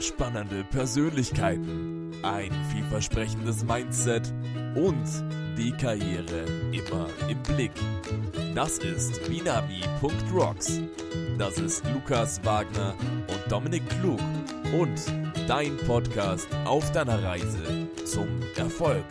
spannende Persönlichkeiten, ein vielversprechendes Mindset und die Karriere immer im Blick. Das ist Wienerwie.rocks. Das ist Lukas Wagner und Dominik Klug und dein Podcast auf deiner Reise zum Erfolg.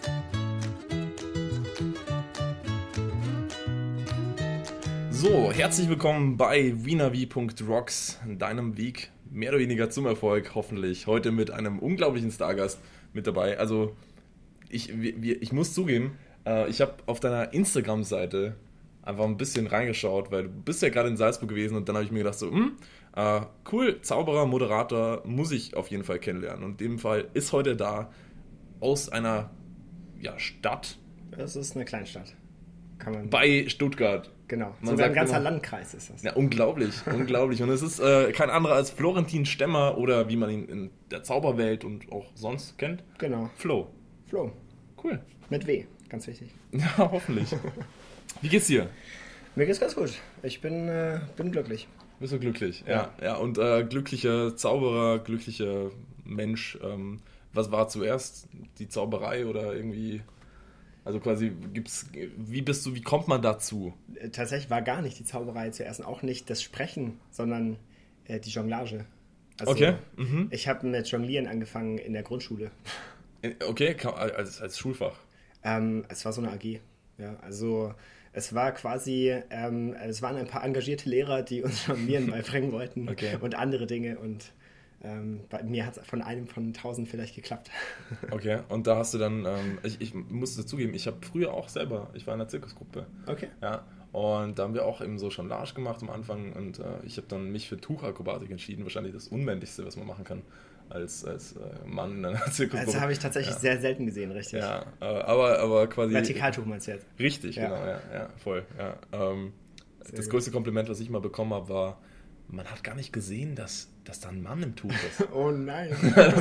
So, herzlich willkommen bei Wienerwie.rocks, deinem Weg mehr oder weniger zum Erfolg, hoffentlich. Heute mit einem unglaublichen Stargast mit dabei. Also, ich muss zugeben, ich habe auf deiner Instagram-Seite einfach ein bisschen reingeschaut, weil du bist ja gerade in Salzburg gewesen und dann habe ich mir gedacht so, cool, Zauberer, Moderator, muss ich auf jeden Fall kennenlernen. Und in dem Fall ist heute da aus einer Stadt. Das ist eine Kleinstadt. Bei Stuttgart. Genau, sogar ein ganzer Landkreis ist das. Ja, unglaublich. Und es ist kein anderer als Florentin Stemmer oder wie man ihn in der Zauberwelt und auch sonst kennt. Genau. Flo. Cool. Mit W, ganz wichtig. Ja, hoffentlich. Wie geht's dir? Mir geht's ganz gut. Ich bin glücklich. Bist du glücklich? Ja. Und glücklicher Zauberer, glücklicher Mensch. Was war zuerst? Die Zauberei oder irgendwie... Also quasi wie kommt man dazu? Tatsächlich war gar nicht die Zauberei zuerst, auch nicht das Sprechen, sondern die Jonglage. Also, okay. Ich habe mit Jonglieren angefangen in der Grundschule. Okay, als Schulfach? Es war so eine AG. Ja, also es war quasi, es waren ein paar engagierte Lehrer, die uns Jonglieren beibringen wollten und andere Dinge und bei mir hat es von einem von 1000 vielleicht geklappt. Okay, und da hast du dann, ich muss dazugeben, ich war in einer Zirkusgruppe. Okay. Ja, und da haben wir auch eben so Jonglage gemacht am Anfang und ich habe dann mich für Tuchakrobatik entschieden, wahrscheinlich das Unmännlichste, was man machen kann als Mann in einer Zirkusgruppe. Das habe ich tatsächlich sehr selten gesehen, richtig. Ja, aber quasi... Vertikaltuch meinst du jetzt? Richtig, ja. Genau, ja, voll. Ja. Das größte Kompliment, was ich mal bekommen habe, war, man hat gar nicht gesehen, dass da ein Mann im Tuch ist. Oh nein.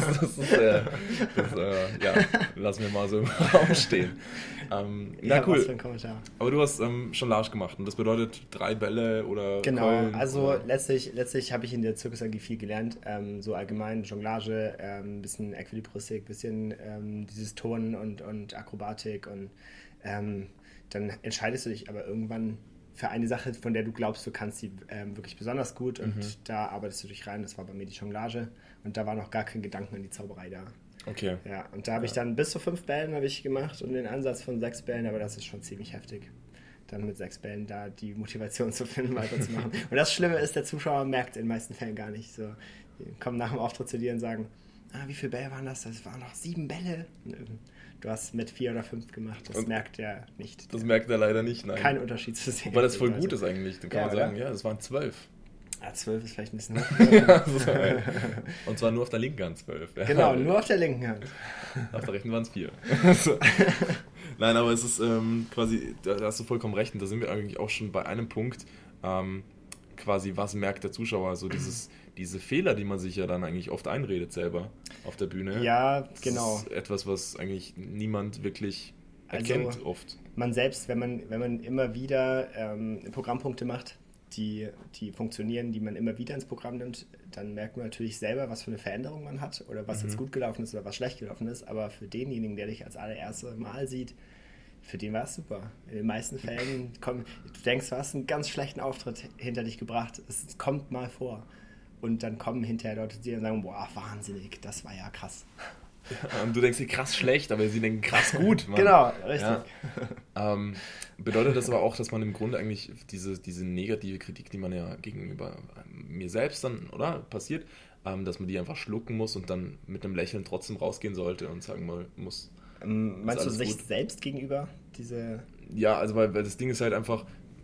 Lassen wir mal so im Raum stehen. Cool. Was für ein Kommentar. Aber du hast Jonglage gemacht und das bedeutet 3 Bälle oder Genau, Keulen, also oder? Letztlich habe ich in der Zirkus AG viel gelernt, so allgemein Jonglage, ein bisschen Equilibristik, ein bisschen dieses Turnen und Akrobatik und dann entscheidest du dich aber irgendwann für eine Sache, von der du glaubst, du kannst sie wirklich besonders gut und da arbeitest du dich rein. Das war bei mir die Jonglage und da war noch gar kein Gedanken an die Zauberei da. Okay. Ja, und da habe ich dann bis zu 5 Bällen habe ich gemacht und den Ansatz von 6 Bällen, aber das ist schon ziemlich heftig, dann mit 6 Bällen da die Motivation zu finden, weiterzumachen. Und das Schlimme ist, der Zuschauer merkt in den meisten Fällen gar nicht. So, die kommen nach dem Auftritt zu dir und sagen, wie viele Bälle waren das? Das waren noch 7 Bälle. Du hast mit 4 oder 5 gemacht, das merkt er nicht. Das merkt er leider nicht, nein. Kein Unterschied zu sehen. Weil das voll gut ist eigentlich, dann kann man sagen, das waren 12. 12 ist vielleicht ein bisschen hoch. Und zwar nur auf der linken Hand 12. Ja. Genau, nur auf der linken Hand. Auf der rechten waren es 4. Nein, aber es ist quasi, da hast du vollkommen recht, und da sind wir eigentlich auch schon bei einem Punkt, quasi, was merkt der Zuschauer, also diese Fehler, die man sich ja dann eigentlich oft einredet selber auf der Bühne. Ja, genau. Das ist etwas, was eigentlich niemand wirklich erkennt oft. Man selbst, wenn man immer wieder Programmpunkte macht, die funktionieren, die man immer wieder ins Programm nimmt, dann merkt man natürlich selber, was für eine Veränderung man hat oder was jetzt gut gelaufen ist oder was schlecht gelaufen ist, aber für denjenigen, der dich als allererstes Mal sieht, für den war es super. In den meisten Fällen du denkst, du hast einen ganz schlechten Auftritt hinter dich gebracht, es kommt mal vor und dann kommen hinterher Leute, die dann sagen, boah, wahnsinnig, das war ja krass. Ja, und du denkst dir krass schlecht, aber sie denken krass gut. Mann. Genau, richtig. Ja. Bedeutet das aber auch, dass man im Grunde eigentlich diese negative Kritik, die man ja gegenüber mir selbst dann, oder, passiert, dass man die einfach schlucken muss und dann mit einem Lächeln trotzdem rausgehen sollte und sagen mal muss. Meinst du sich selbst gegenüber? Ja, also weil das Ding ist halt einfach,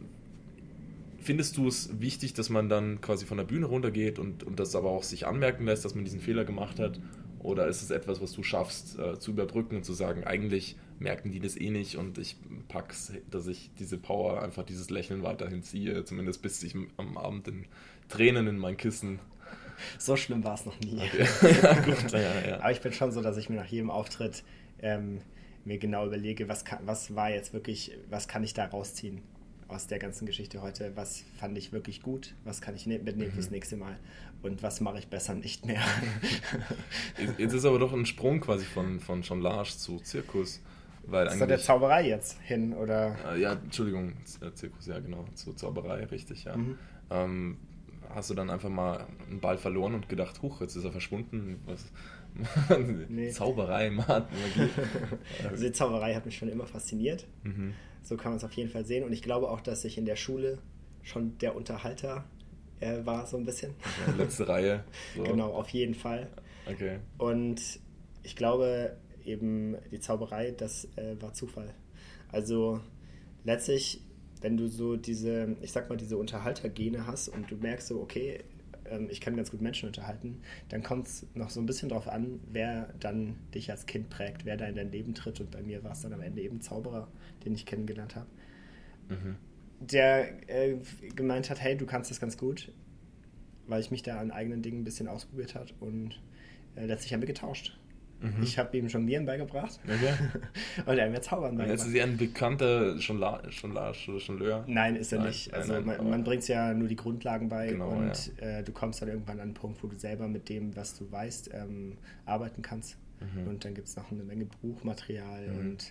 findest du es wichtig, dass man dann quasi von der Bühne runtergeht und das aber auch sich anmerken lässt, dass man diesen Fehler gemacht hat? Oder ist es etwas, was du schaffst, zu überbrücken und zu sagen, eigentlich merken die das eh nicht und ich pack's, dass ich diese Power, einfach dieses Lächeln weiterhin ziehe, zumindest bis ich am Abend in Tränen in mein Kissen... So schlimm war es noch nie. Okay. Ja, gut. Ja. Aber ich bin schon so, dass ich mir nach jedem Auftritt mir genau überlege, was war jetzt wirklich, was kann ich da rausziehen? aus der ganzen Geschichte heute? Was fand ich wirklich gut? Was kann ich mitnehmen fürs nächste Mal? Und was mache ich besser nicht mehr? Jetzt ist aber doch ein Sprung quasi von Jonglage zu Zirkus. Weil ist da der Zauberei jetzt hin, oder? Ja, Entschuldigung, Zirkus, ja genau, zur Zauberei, richtig, ja. Hast du dann einfach mal einen Ball verloren und gedacht, huch, jetzt ist er verschwunden? Was? Nee. Zauberei, Magie. Also die Zauberei hat mich schon immer fasziniert. So kann man es auf jeden Fall sehen. Und ich glaube auch, dass ich in der Schule schon der Unterhalter war, so ein bisschen. Ja, letzte Reihe. So. Genau, auf jeden Fall. Okay. Und ich glaube eben, die Zauberei, das war Zufall. Also letztlich, wenn du so diese, ich sag mal, diese Unterhaltergene hast und du merkst so, okay, ich kann ganz gut Menschen unterhalten, dann kommt es noch so ein bisschen drauf an, wer dann dich als Kind prägt, wer da in dein Leben tritt. Und bei mir war es dann am Ende eben Zauberer, den ich kennengelernt habe. Der gemeint hat, hey, du kannst das ganz gut, weil ich mich da an eigenen Dingen ein bisschen ausprobiert habe und letztlich haben wir getauscht. Ich habe ihm Jonglieren beigebracht und er hat mir Zaubern beigebracht. Jetzt ist er ein bekannter Jongleur? Nein, ist er nicht. Also man bringt es ja nur die Grundlagen bei, genau, und du kommst dann irgendwann an einen Punkt, wo du selber mit dem, was du weißt, arbeiten kannst. Und dann gibt es noch eine Menge Buchmaterial und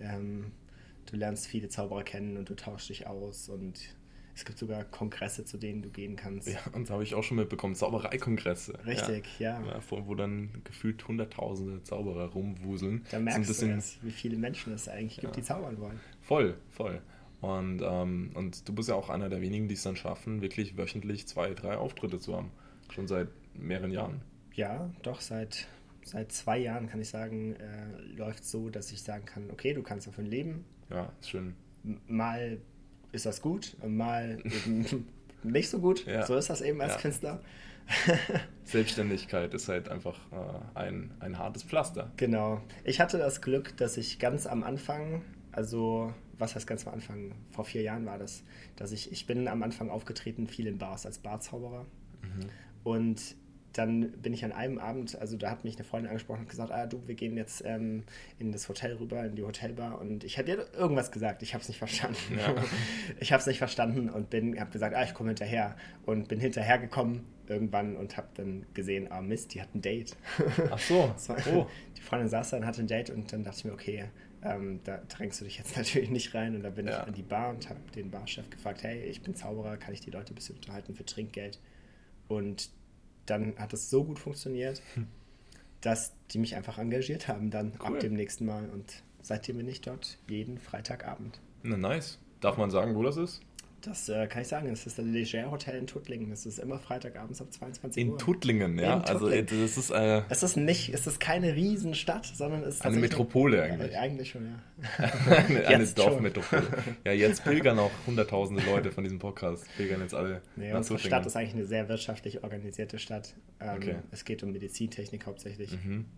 du lernst viele Zauberer kennen und du tauschst dich aus und es gibt sogar Kongresse, zu denen du gehen kannst. Ja, und da habe ich auch schon mitbekommen, Zaubereikongresse. Richtig, ja. Wo dann gefühlt hunderttausende Zauberer rumwuseln. Da merkst du erst, wie viele Menschen es eigentlich gibt, die zaubern wollen. Voll. Und du bist ja auch einer der wenigen, die es dann schaffen, wirklich wöchentlich 2-3 Auftritte zu haben. Schon seit mehreren Jahren. Ja, doch, seit 2 Jahren kann ich sagen, läuft es so, dass ich sagen kann, okay, du kannst davon leben. Ja, ist schön. Mal ist das gut und mal eben nicht so gut. Ja. So ist das eben als Künstler. Selbstständigkeit ist halt einfach ein hartes Pflaster. Genau. Ich hatte das Glück, dass ich ganz am Anfang, also was heißt ganz am Anfang, vor 4 Jahren war das, dass ich bin am Anfang aufgetreten, viel in Bars als Barzauberer. Und dann bin ich an einem Abend, also da hat mich eine Freundin angesprochen und gesagt, wir gehen jetzt in das Hotel rüber, in die Hotelbar, und ich hätte ihr irgendwas gesagt, ich habe es nicht verstanden. Ja. Ich habe es nicht verstanden und habe gesagt, ich komme hinterher, und bin hinterhergekommen irgendwann und habe dann gesehen, Mist, die hat ein Date. Ach so. Die Freundin saß da und hatte ein Date, und dann dachte ich mir, okay, da drängst du dich jetzt natürlich nicht rein, und dann bin ich an die Bar und habe den Barchef gefragt, hey, ich bin Zauberer, kann ich die Leute ein bisschen unterhalten für Trinkgeld? Und dann hat es so gut funktioniert, dass die mich einfach engagiert haben dann ab dem nächsten Mal. Und seitdem bin ich dort jeden Freitagabend. Na, nice. Darf man sagen, wo das ist? Das kann ich sagen. Das ist das Leger Hotel in Tuttlingen. Das ist immer Freitagabends ab 22 Uhr. In Tuttlingen, ja. In Tuttlingen. Also das ist... Es ist keine Riesenstadt, sondern es ist eine Metropole eigentlich. Eigentlich schon, ja. eine Dorfmetropole. Ja, jetzt pilgern auch hunderttausende Leute von diesem Podcast. Pilgern jetzt alle nach unsere Stadt ist eigentlich eine sehr wirtschaftlich organisierte Stadt. Es geht um Medizintechnik hauptsächlich.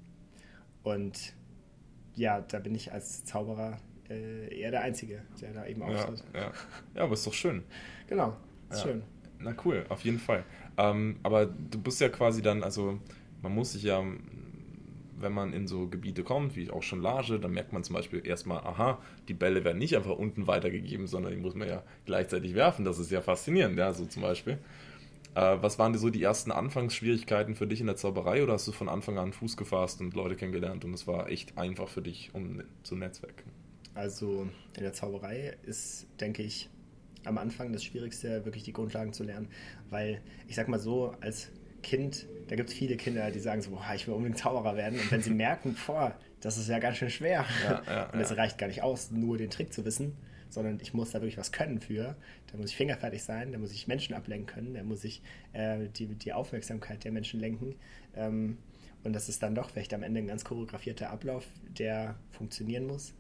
Und ja, da bin ich als Zauberer eher der Einzige, der da eben auftritt. Ja, aber ist doch schön. Genau, ist schön. Na cool, auf jeden Fall. Aber du bist ja quasi dann, also man muss sich ja, wenn man in so Gebiete kommt, wie auch Jonglage, dann merkt man zum Beispiel erstmal, die Bälle werden nicht einfach unten weitergegeben, sondern die muss man ja gleichzeitig werfen. Das ist ja faszinierend, ja, so zum Beispiel. Was waren so die ersten Anfangsschwierigkeiten für dich in der Zauberei, oder hast du von Anfang an Fuß gefasst und Leute kennengelernt und es war echt einfach für dich, um zu netzwerken? Also in der Zauberei ist, denke ich, am Anfang das Schwierigste, wirklich die Grundlagen zu lernen, weil ich sag mal so, als Kind, da gibt es viele Kinder, die sagen so, ich will unbedingt Zauberer werden, und wenn sie merken, das ist ja ganz schön schwer und es reicht gar nicht aus, nur den Trick zu wissen, sondern ich muss da wirklich was können für, da muss ich fingerfertig sein, da muss ich Menschen ablenken können, da muss ich die Aufmerksamkeit der Menschen lenken, und das ist dann doch vielleicht am Ende ein ganz choreografierter Ablauf, der funktionieren muss.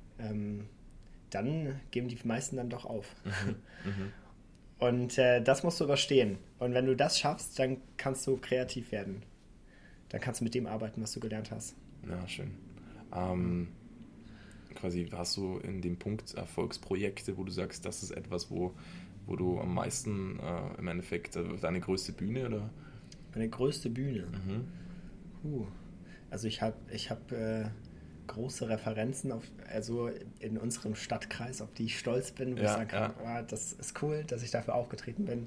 Dann geben die meisten dann doch auf. Und das musst du überstehen. Und wenn du das schaffst, dann kannst du kreativ werden. Dann kannst du mit dem arbeiten, was du gelernt hast. Ja, schön. Quasi hast du in dem Punkt Erfolgsprojekte, wo du sagst, das ist etwas, wo du am meisten im Endeffekt deine größte Bühne, oder? Meine größte Bühne? Also ich hab große Referenzen, also in unserem Stadtkreis, auf die ich stolz bin, wo ich sagen kann, das ist cool, dass ich dafür aufgetreten bin.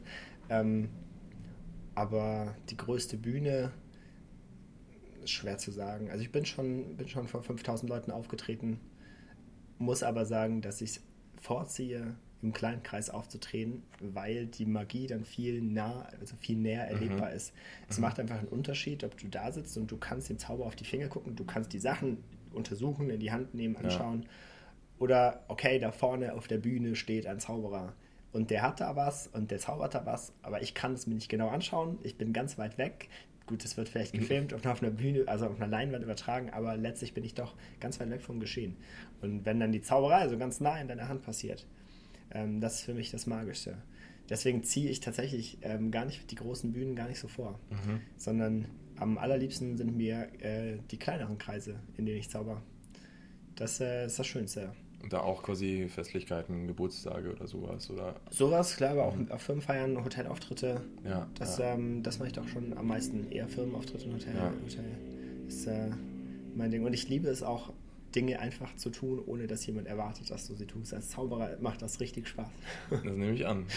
Aber die größte Bühne ist schwer zu sagen. Also ich bin schon vor 5000 Leuten aufgetreten, muss aber sagen, dass ich es vorziehe, im kleinen Kreis aufzutreten, weil die Magie dann viel näher erlebbar ist. Es macht einfach einen Unterschied, ob du da sitzt und du kannst dem Zauber auf die Finger gucken, du kannst die Sachen untersuchen, in die Hand nehmen, anschauen. Oder, okay, da vorne auf der Bühne steht ein Zauberer und der hat da was und der zaubert da was, aber ich kann es mir nicht genau anschauen, ich bin ganz weit weg. Gut, das wird vielleicht gefilmt und auf einer Bühne, also auf einer Leinwand übertragen, aber letztlich bin ich doch ganz weit weg vom Geschehen. Und wenn dann die Zauberei so ganz nah in deiner Hand passiert, das ist für mich das Magischste. Deswegen ziehe ich tatsächlich gar nicht die großen Bühnen gar nicht so vor, sondern am allerliebsten sind mir die kleineren Kreise, in denen ich zauber. Das ist das Schönste. Und da auch quasi Festlichkeiten, Geburtstage oder sowas, oder? Sowas, klar, aber auch auf Firmenfeiern, Hotelauftritte. Ja. Das mache ich doch schon am meisten. Eher Firmenauftritte und Hotel. Ist mein Ding. Und ich liebe es auch, Dinge einfach zu tun, ohne dass jemand erwartet, dass du sie tust. Als Zauberer macht das richtig Spaß. Das nehme ich an.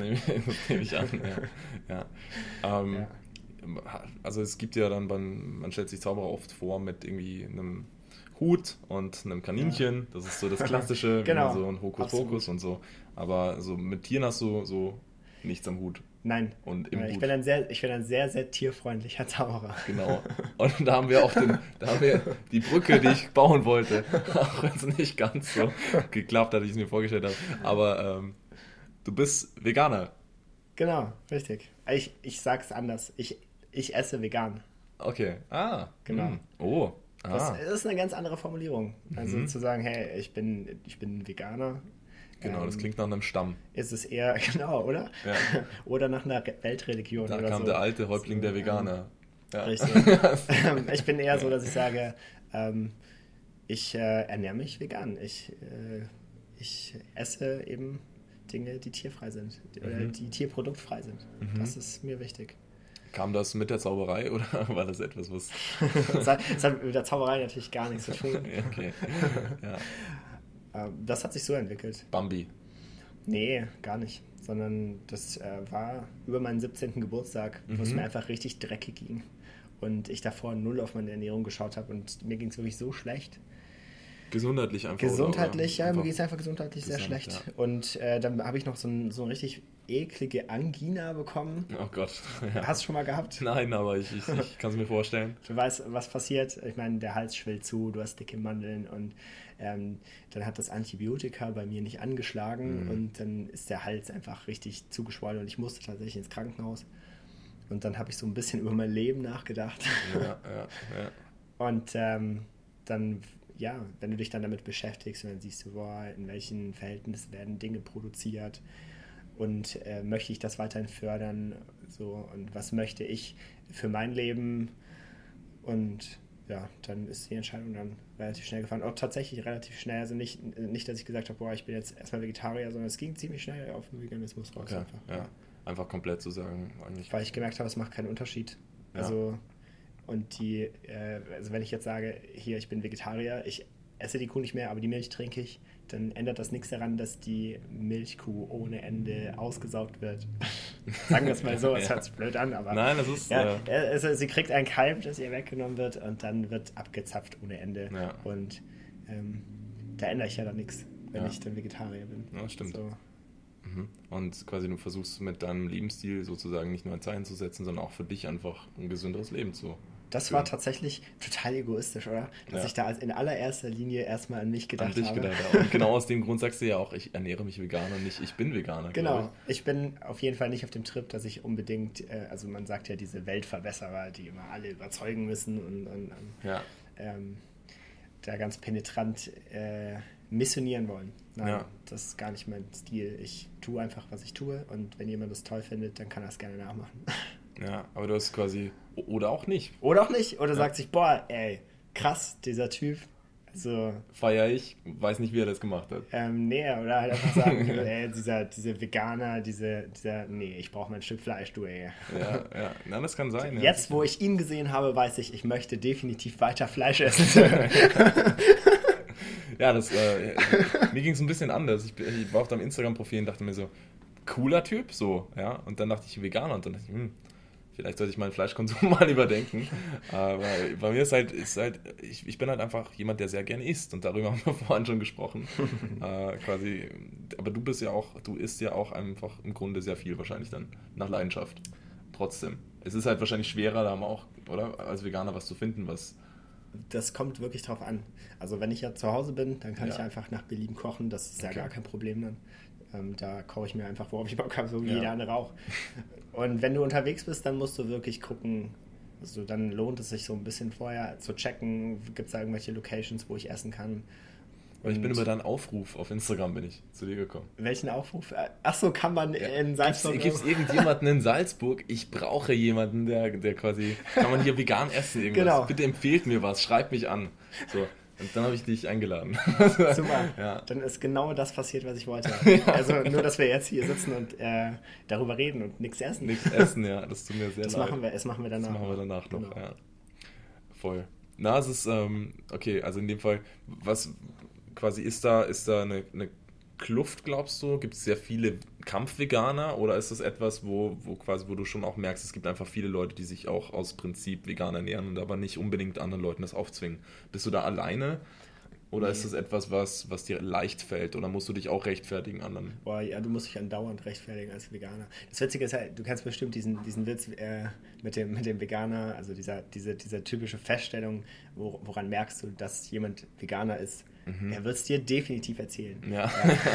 Ja. Also es gibt ja dann, man stellt sich Zauberer oft vor mit irgendwie einem Hut und einem Kaninchen. Ja. Das ist so das Klassische, genau. So ein Hokuspokus und so. Aber so mit Tieren hast du so nichts am Hut. Nein. Und im ich Hut. bin ein sehr, sehr tierfreundlicher Zauberer. Genau. Und da haben wir auch die Brücke, die ich bauen wollte. Auch wenn es nicht ganz so geklappt hat, wie ich es mir vorgestellt habe. Aber du bist Veganer. Genau, richtig. Ich sag's anders. Ich esse vegan. Okay. Genau. Oh. Das ist eine ganz andere Formulierung. Also zu sagen, hey, ich bin Veganer. Genau, das klingt nach einem Stamm. Ist es eher, genau, oder? Ja. Oder nach einer Weltreligion. Da oder kam so. Der alte Häuptling der Veganer. Ja. Richtig. Ich bin eher so, dass ich sage, ich ernähre mich vegan. Ich esse eben Dinge, die tierfrei sind. Oder die tierproduktfrei sind. Das ist mir wichtig. Kam das mit der Zauberei oder war das etwas, was... Das hat mit der Zauberei natürlich gar nichts zu tun. Okay. Ja. Das hat sich so entwickelt. Bambi. Nee, gar nicht. Sondern das war über meinen 17. Geburtstag, wo es mir einfach richtig dreckig ging. Und ich davor null auf meine Ernährung geschaut habe und mir ging es wirklich so schlecht. Gesundheitlich einfach? Gesundheitlich, ja, mir ging es einfach gesundheitlich sehr schlecht. Ja. Und dann habe ich noch so eine richtig eklige Angina bekommen. Oh Gott. Ja. Hast du schon mal gehabt? Nein, aber ich kann es mir vorstellen. Du weißt, was passiert. Ich meine, der Hals schwillt zu, du hast dicke Mandeln und dann hat das Antibiotika bei mir nicht angeschlagen und dann ist der Hals einfach richtig zugeschwollen und ich musste tatsächlich ins Krankenhaus. Und dann habe ich so ein bisschen über mein Leben nachgedacht. Ja. Und dann, ja, wenn du dich dann damit beschäftigst und dann siehst du, boah, in welchen Verhältnissen werden Dinge produziert und möchte ich das weiterhin fördern, so, und was möchte ich für mein Leben, und ja, dann ist die Entscheidung dann relativ schnell gefallen. Auch tatsächlich relativ schnell, also nicht, dass ich gesagt habe, boah, ich bin jetzt erstmal Vegetarier, sondern es ging ziemlich schnell auf den Veganismus raus. Okay, einfach. Ja. Einfach komplett zu sagen, eigentlich. Weil ich gemerkt habe, es macht keinen Unterschied. Ja. Also, und also wenn ich jetzt sage, hier, ich bin Vegetarier, ich esse die Kuh nicht mehr, aber die Milch trinke ich, dann ändert das nichts daran, dass die Milchkuh ohne Ende ausgesaugt wird. Sagen wir es mal so, es hört sich blöd an, aber... Nein, das ist... Also sie kriegt ein Kalb, das ihr weggenommen wird und dann wird abgezapft ohne Ende. Ja. Und da ändere ich ja dann nichts, wenn ich dann Vegetarier bin. Ja, stimmt. So. Und quasi du versuchst mit deinem Lebensstil sozusagen nicht nur ein Zeichen zu setzen, sondern auch für dich einfach ein gesünderes Leben zu Das war tatsächlich total egoistisch, oder? Dass ich da in allererster Linie erstmal an mich gedacht habe. An dich gedacht, ja. Und genau aus dem Grund sagst du ja auch, ich ernähre mich vegan und nicht, ich bin Veganer. Genau, ich bin auf jeden Fall nicht auf dem Trip, dass ich unbedingt, also man sagt ja diese Weltverbesserer, die immer alle überzeugen müssen und da ganz penetrant missionieren wollen. Nein, das ist gar nicht mein Stil. Ich tue einfach, was ich tue, und wenn jemand das toll findet, dann kann er es gerne nachmachen. Ja, aber du hast quasi, oder auch nicht. Oder auch nicht, oder sagt sich, boah, ey, krass, dieser Typ, Also, feiere ich, weiß nicht, wie er das gemacht hat. nee, oder halt einfach sagen, diese Veganer, nee, ich brauche mein Stück Fleisch, du, ey. Ja, na, das kann sein. Jetzt, wo ich ihn gesehen habe, weiß ich möchte definitiv weiter Fleisch essen. Ja, mir ging es ein bisschen anders. Ich war auf deinem Instagram-Profil und dachte mir so, cooler Typ, so, ja. Und dann dachte ich, Veganer, und dann dachte ich, vielleicht sollte ich meinen Fleischkonsum mal überdenken. Aber bei mir ist halt, ich bin halt einfach jemand, der sehr gerne isst, und darüber haben wir vorhin schon gesprochen. Quasi, aber du isst ja auch einfach im Grunde sehr viel wahrscheinlich dann, nach Leidenschaft. Trotzdem. Es ist halt wahrscheinlich schwerer, da mal auch, oder, als Veganer was zu finden, was... Das kommt wirklich drauf an. Also wenn ich ja zu Hause bin, dann kann ich einfach nach Belieben kochen, das ist ja gar kein Problem dann. Da koche ich mir einfach, worauf ich Bock habe, so wie jeder andere auch. Und wenn du unterwegs bist, dann musst du wirklich gucken, also dann lohnt es sich so ein bisschen vorher zu checken, gibt es da irgendwelche Locations, wo ich essen kann. Weil ich bin über deinen Aufruf auf Instagram zu dir gekommen. Welchen Aufruf? Achso, kann man in Salzburg... Gibt es irgendjemanden in Salzburg? Ich brauche jemanden, der quasi... Kann man hier vegan essen irgendwas? Genau. Bitte empfehlt mir was, schreibt mich an. So. Und dann habe ich dich eingeladen. Super. Ja. Dann ist genau das passiert, was ich wollte. Also nur, dass wir jetzt hier sitzen und darüber reden und nichts essen. Nichts essen, ja. Das tut mir sehr leid. Das machen wir danach. Das machen wir danach noch, genau. Ja. Voll. Na, es ist... okay, also in dem Fall, was... Quasi ist da eine Kluft, glaubst du? Gibt es sehr viele Kampfveganer, oder ist das etwas, wo du schon auch merkst, es gibt einfach viele Leute, die sich auch aus Prinzip vegan ernähren und aber nicht unbedingt anderen Leuten das aufzwingen? Bist du da alleine, oder ist das etwas, was dir leicht fällt, oder musst du dich auch rechtfertigen anderen? Boah, ja, du musst dich andauernd rechtfertigen als Veganer. Das Witzige ist halt, du kennst bestimmt diesen Witz mit dem Veganer, also diese typische Feststellung, woran merkst du, dass jemand Veganer ist. Er wird es dir definitiv erzählen. Ja.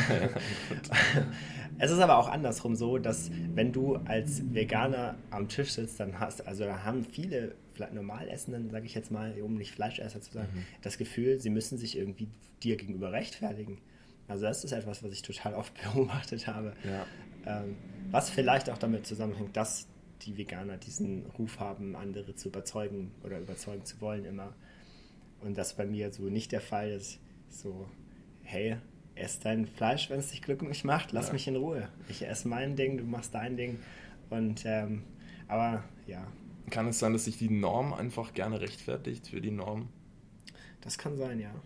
Es ist aber auch andersrum so, dass wenn du als Veganer am Tisch sitzt, da haben viele vielleicht Normalessenden, sage ich jetzt mal, um nicht Fleischesser zu sagen, das Gefühl, sie müssen sich irgendwie dir gegenüber rechtfertigen. Also das ist etwas, was ich total oft beobachtet habe. Ja. Was vielleicht auch damit zusammenhängt, dass die Veganer diesen Ruf haben, andere zu überzeugen oder überzeugen zu wollen immer. Und das bei mir so nicht der Fall ist. So, hey, ess dein Fleisch, wenn es dich glücklich macht, lass mich in Ruhe. Ich esse mein Ding, du machst dein Ding. Und, aber, ja. Kann es sein, dass sich die Norm einfach gerne rechtfertigt für die Norm? Das kann sein, ja.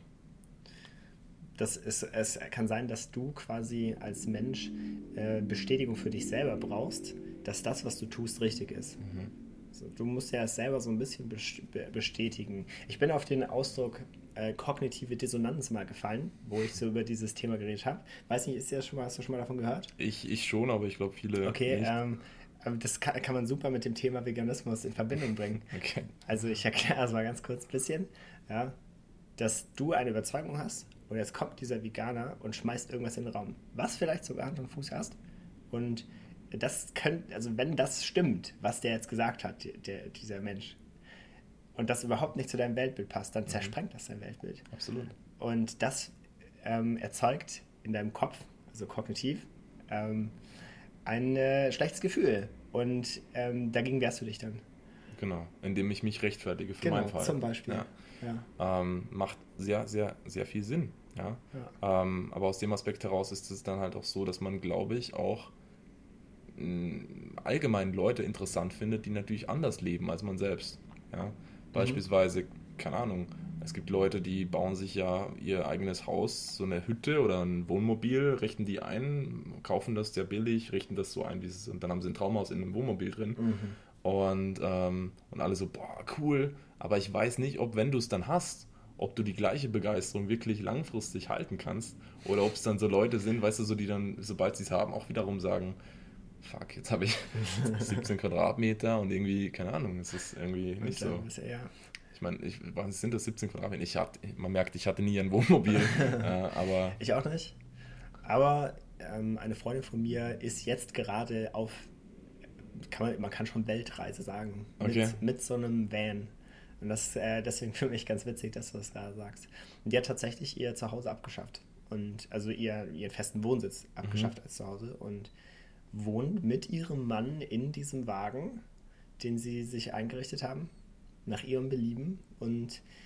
Es kann sein, dass du quasi als Mensch Bestätigung für dich selber brauchst, dass das, was du tust, richtig ist. Also, du musst ja selber so ein bisschen bestätigen. Ich bin auf den Ausdruck kognitive Dissonanz mal gefallen, wo ich so über dieses Thema geredet habe. Weiß nicht, hast du schon mal davon gehört? Ich schon, aber ich glaube viele nicht. Das kann man super mit dem Thema Veganismus in Verbindung bringen. Okay. Also ich erkläre das mal ganz kurz ein bisschen, ja, dass du eine Überzeugung hast und jetzt kommt dieser Veganer und schmeißt irgendwas in den Raum, was vielleicht sogar Hand und Fuß hast, und wenn das stimmt, was der jetzt gesagt hat, dieser Mensch, und das überhaupt nicht zu deinem Weltbild passt, dann zersprengt das dein Weltbild. Absolut. Und das erzeugt in deinem Kopf, also kognitiv, ein schlechtes Gefühl. Und dagegen wehrst du dich dann. Genau, indem ich mich rechtfertige für mein Fall. Zum Beispiel. Ja. Macht sehr, sehr, sehr viel Sinn. Ja? Aber aus dem Aspekt heraus ist es dann halt auch so, dass man, glaube ich, auch allgemein Leute interessant findet, die natürlich anders leben als man selbst. Ja? Beispielsweise, keine Ahnung, es gibt Leute, die bauen sich ja ihr eigenes Haus, so eine Hütte oder ein Wohnmobil, richten die ein, kaufen das sehr billig, richten das so ein, und dann haben sie ein Traumhaus in einem Wohnmobil drin. Und alle so, boah, cool, aber ich weiß nicht, ob, wenn du es dann hast, ob du die gleiche Begeisterung wirklich langfristig halten kannst, oder ob es dann so Leute sind, weißt du, so, die dann, sobald sie es haben, auch wiederum sagen, fuck, jetzt habe ich 17 Quadratmeter und irgendwie, keine Ahnung, es ist irgendwie nicht so. Ich meine, was sind das, 17 Quadratmeter? Man merkt, ich hatte nie ein Wohnmobil. Aber ich auch nicht. Aber eine Freundin von mir ist jetzt gerade auf, man kann schon Weltreise sagen, mit so einem Van. Und das ist deswegen für mich ganz witzig, dass du das da sagst. Und die hat tatsächlich ihr Zuhause abgeschafft. Und also ihren festen Wohnsitz abgeschafft als Zuhause. Und wohnt mit ihrem Mann in diesem Wagen, den sie sich eingerichtet haben, nach ihrem Belieben. Und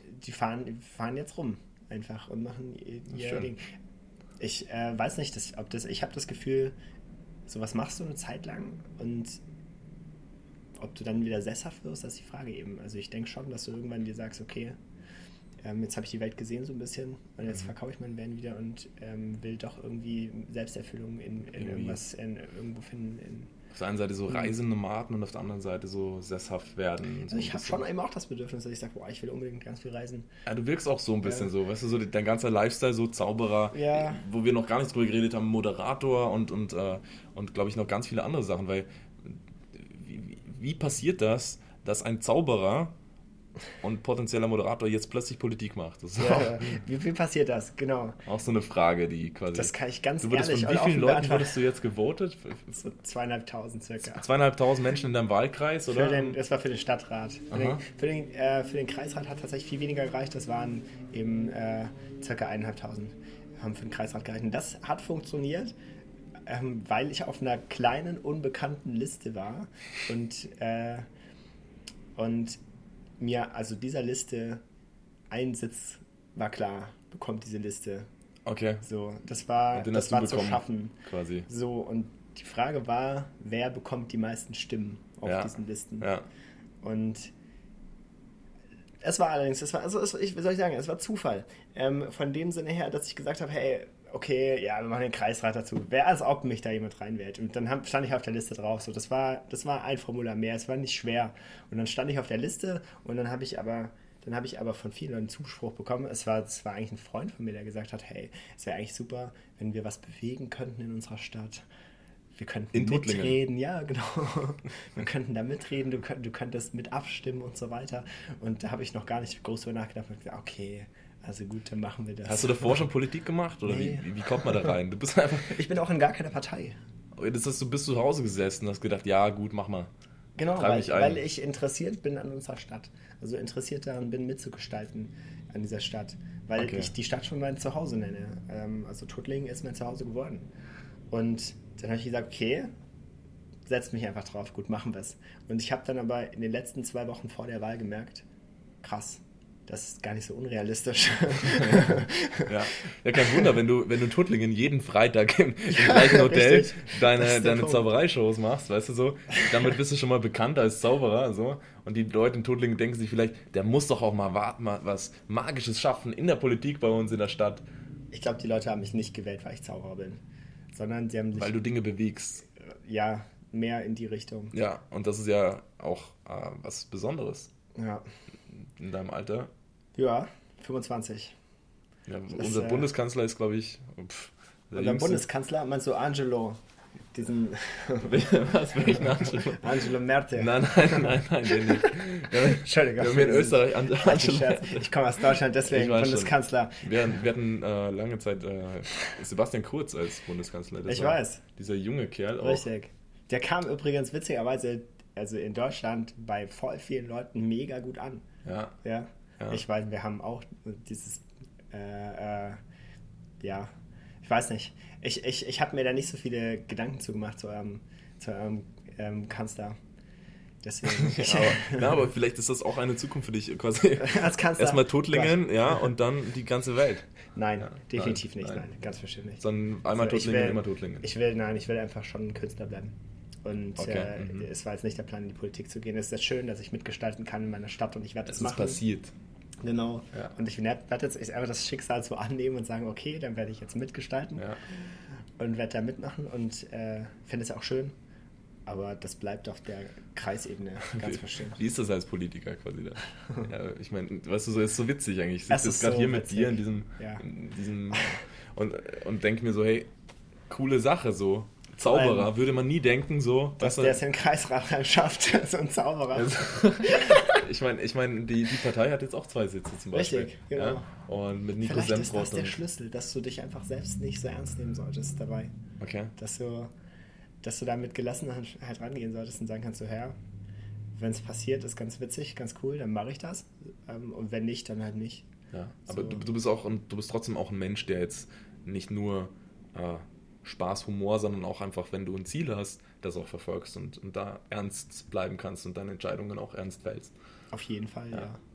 die fahren jetzt rum einfach und machen ihr Ding. Ich weiß nicht, ich habe das Gefühl, sowas machst du eine Zeit lang und ob du dann wieder sesshaft wirst, das ist die Frage eben. Also ich denke schon, dass du irgendwann dir sagst, okay, jetzt habe ich die Welt gesehen so ein bisschen und jetzt verkaufe ich meinen Van wieder und will doch irgendwie Selbsterfüllung in irgendwas irgendwo finden. Auf der einen Seite so Reisenomaden und auf der anderen Seite so sesshaft werden. Also ich habe schon eben auch das Bedürfnis, dass ich sage, boah, ich will unbedingt ganz viel reisen. Ja, du wirkst auch so ein bisschen so, weißt du, so dein ganzer Lifestyle, so Zauberer, wo wir noch gar nicht drüber geredet haben, Moderator und glaube ich noch ganz viele andere Sachen, weil wie passiert das, dass ein Zauberer und potenzieller Moderator jetzt plötzlich Politik macht? Das ist Wie passiert das? Genau. Auch so eine Frage, die quasi... Das kann ich ganz ehrlich von wie vielen Leuten wurdest du jetzt gewotet? So 2.500 circa. 2.500 Menschen in deinem Wahlkreis, oder? Das war für den Stadtrat. Für den Kreisrat hat tatsächlich viel weniger gereicht. Das waren eben circa 1.500 haben für den Kreisrat gereicht. Und das hat funktioniert, weil ich auf einer kleinen, unbekannten Liste war und mir, also dieser Liste, ein Sitz war klar, bekommt diese Liste. Okay. So, das war zu schaffen. Quasi. So, und die Frage war, wer bekommt die meisten Stimmen auf diesen Listen? Ja. Und es war allerdings, wie soll ich sagen, es war Zufall. Von dem Sinne her, dass ich gesagt habe, hey, okay, ja, wir machen den Kreisrat dazu. Wer als ob mich da jemand reinwählt? Und dann stand ich auf der Liste drauf. So, das war ein Formular mehr. Es war nicht schwer. Und dann stand ich auf der Liste und dann habe ich aber von vielen Leuten Zuspruch bekommen. Es war eigentlich ein Freund von mir, der gesagt hat, hey, es wäre eigentlich super, wenn wir was bewegen könnten in unserer Stadt. Wir könnten mitreden, ja, genau. Wir könnten da mitreden, du könntest mit abstimmen und so weiter. Und da habe ich noch gar nicht groß drüber nachgedacht und gesagt, okay, also gut, dann machen wir das. Hast du davor schon Politik gemacht? Oder nee. wie kommt man da rein? Du bist einfach... Ich bin auch in gar keiner Partei. Das heißt, du bist zu Hause gesessen und hast gedacht, ja gut, mach mal. Genau, weil ich interessiert bin an unserer Stadt. Also interessiert daran bin, mitzugestalten an dieser Stadt. Weil ich die Stadt schon mein Zuhause nenne. Also Tuttlingen ist mein Zuhause geworden. Und dann habe ich gesagt, okay, setz mich einfach drauf, gut, machen wir es. Und ich habe dann aber in den letzten 2 Wochen vor der Wahl gemerkt, krass, das ist gar nicht so unrealistisch. Ja, kein Wunder, wenn du in Tuttlingen jeden Freitag im gleichen Hotel richtig. deine Zaubereishows machst, weißt du so, damit bist du schon mal bekannt als Zauberer, so. Und die Leute in Tuttlingen denken sich vielleicht, der muss doch auch mal was Magisches schaffen in der Politik bei uns in der Stadt. Ich glaube, die Leute haben mich nicht gewählt, weil ich Zauberer bin, sondern sie haben sich... Weil du Dinge bewegst. Ja, mehr in die Richtung. Ja, und das ist ja auch was Besonderes. Ja. In deinem Alter? Ja, 25. Ja, unser Bundeskanzler ist, glaube ich... Unser Bundeskanzler, meinst du Angelo? Diesen... Welchen Angelo? Angelo Merte. Nein, den nicht. Entschuldigung. Wir haben in Österreich Angelo. Ich komme aus Deutschland, deswegen Bundeskanzler. Wir hatten lange Zeit Sebastian Kurz als Bundeskanzler. Ich weiß. Dieser junge Kerl auch. Richtig. Der kam übrigens witzigerweise also in Deutschland bei voll vielen Leuten mega gut an. Ja. Ich weiß, wir haben auch dieses, ich weiß nicht. Ich habe mir da nicht so viele Gedanken zugemacht zu eurem Kanzler. Deswegen. Aber vielleicht ist das auch eine Zukunft für dich, quasi. Als Kanzler. Erstmal Tuttlingen, und dann die ganze Welt. Nein, definitiv nicht, nein, ganz bestimmt nicht. Sondern einmal Tuttlingen, immer Tuttlingen. Ich will einfach schon ein Künstler bleiben. Und es war jetzt nicht der Plan, in die Politik zu gehen. Es ist sehr schön, dass ich mitgestalten kann in meiner Stadt und ich werde das machen. Das ist passiert. Genau. Ja. Und ich werde jetzt einfach das Schicksal so annehmen und sagen, okay, dann werde ich jetzt mitgestalten und werde da mitmachen und finde es auch schön. Aber das bleibt auf der Kreisebene, ganz bestimmt. Wie ist das als Politiker quasi da? Ja, ich meine, weißt du, so ist so witzig eigentlich. Ich sitze jetzt gerade hier mit dir in diesem und denke mir so, hey, coole Sache so. Zauberer, würde man nie denken, so. Dass der es in den Kreisrat schafft, so ein Zauberer. Also, ich meine, die Partei hat jetzt auch 2 Sitze zum Beispiel. Richtig, genau. Ja? Und mit Nico Vielleicht Semprot. ist das der Schlüssel, dass du dich einfach selbst nicht so ernst nehmen solltest dabei. Okay. Dass du da mit Gelassenheit rangehen solltest und sagen kannst, so, Herr, wenn es passiert, ist ganz witzig, ganz cool, dann mache ich das. Und wenn nicht, dann halt nicht. Ja, aber so. du bist trotzdem auch ein Mensch, der jetzt nicht nur Spaß, Humor, sondern auch einfach, wenn du ein Ziel hast, das auch verfolgst und da ernst bleiben kannst und deine Entscheidungen auch ernst fällst. Auf jeden Fall, ja.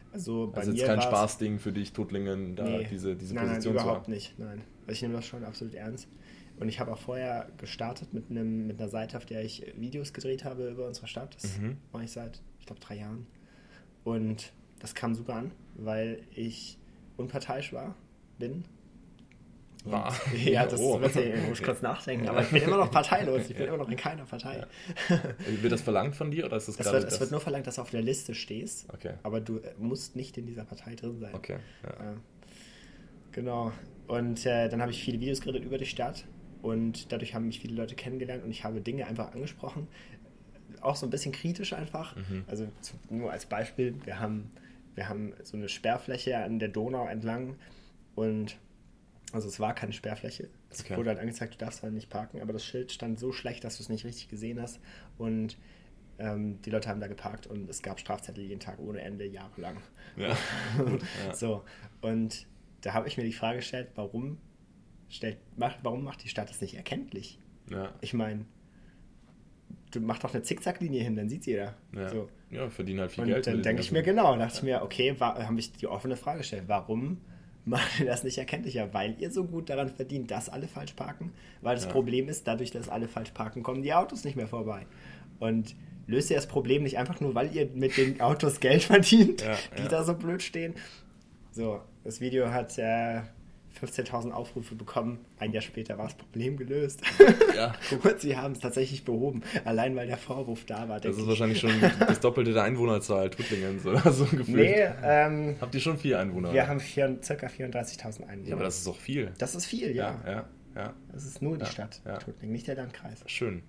Also bei Also mir jetzt kein war's- Spaßding für dich, Tuttlingen, da Nee. diese Nein, Position zu überhaupt haben. nicht, nein. Also ich nehme das schon absolut ernst. Und ich habe auch vorher gestartet mit einer Seite, auf der ich Videos gedreht habe über unsere Stadt. Das mache ich seit, ich glaube, 3 Jahren. Und das kam super an, weil ich unparteiisch bin. Und- War. Ja, das Oh. muss ich kurz nachdenken. Aber ich bin immer noch parteilos. Ich bin immer noch in keiner Partei. Wird das verlangt von dir oder ist das Es gerade wird nur verlangt, dass du auf der Liste stehst. Okay. Aber du musst nicht in dieser Partei drin sein. Okay. Ja. Ja. Genau. Und dann habe ich viele Videos gedreht über die Stadt und dadurch haben mich viele Leute kennengelernt und ich habe Dinge einfach angesprochen. Auch so ein bisschen kritisch einfach. Also nur als Beispiel, wir haben so eine Sperrfläche an der Donau entlang und also es war keine Sperrfläche. Es Okay. wurde halt angezeigt, du darfst halt nicht parken, aber das Schild stand so schlecht, dass du es nicht richtig gesehen hast und die Leute haben da geparkt und es gab Strafzettel jeden Tag ohne Ende, jahrelang. Ja. Gut, ja. So, und da habe ich mir die Frage gestellt, warum macht die Stadt das nicht erkenntlich? Ja. Ich meine, du machst doch eine Zickzacklinie hin, dann sieht jeder. Ja. So. Ja, verdienen halt viel Und Geld. dann mit denke den ich mir, ganzen- genau, dachte ich mir, okay, habe ich die offene Frage gestellt, warum macht ihr das nicht erkenntlicher? Weil ihr so gut daran verdient, dass alle falsch parken? Weil das Ja. Problem ist, dadurch, dass alle falsch parken, kommen die Autos nicht mehr vorbei. Und löst ihr das Problem nicht einfach nur, weil ihr mit den Autos Geld verdient, Ja, die ja. da so blöd stehen? So, das Video hat 15.000 Aufrufe bekommen. Ein Jahr später war das Problem gelöst. Ja, Und sie haben es tatsächlich behoben, allein weil der Vorwurf da war. Das denke ist ich. wahrscheinlich schon das Doppelte der Einwohnerzahl Tuttlingens oder so gefühlt. Nee, Habt ihr schon 4 Einwohner? wir haben ca. 34.000 Einwohner. Ja, aber das ist auch viel. Das ist viel, ja. Ja. Das ist nur die Ja, Stadt, ja. Tuttlingen, nicht der Landkreis. Schön.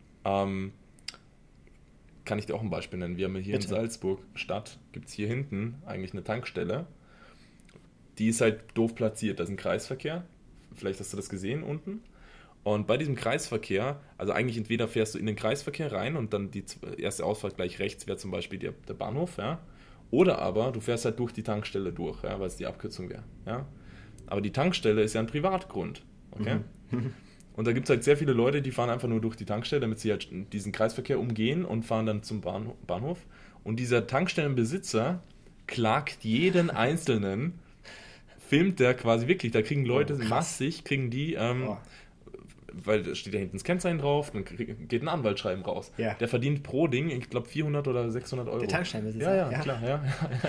Kann ich dir auch ein Beispiel nennen? Wir haben hier Bitte. in Salzburg Stadt, gibt es hier hinten eigentlich eine Tankstelle. Die ist halt doof platziert. Da ist ein Kreisverkehr. Vielleicht hast du das gesehen unten. Und bei diesem Kreisverkehr, also eigentlich entweder fährst du in den Kreisverkehr rein und dann die erste Ausfahrt gleich rechts wäre zum Beispiel der Bahnhof, ja. Oder aber du fährst halt durch die Tankstelle durch, ja, weil es die Abkürzung wäre, ja. Aber die Tankstelle ist ja ein Privatgrund, okay? Und da gibt es halt sehr viele Leute, die fahren einfach nur durch die Tankstelle, damit sie halt diesen Kreisverkehr umgehen und fahren dann zum Bahnhof. Und dieser Tankstellenbesitzer klagt jeden Einzelnen, filmt der quasi wirklich, da kriegen Leute krass. massig, kriegen die, Oh. weil da steht ja hinten das Kennzeichen drauf, dann geht ein Anwaltsschreiben raus. Ja. Der verdient pro Ding, ich glaube 400 oder 600 Euro. Der Tankstellenbesitzer. Ja, klar, ja.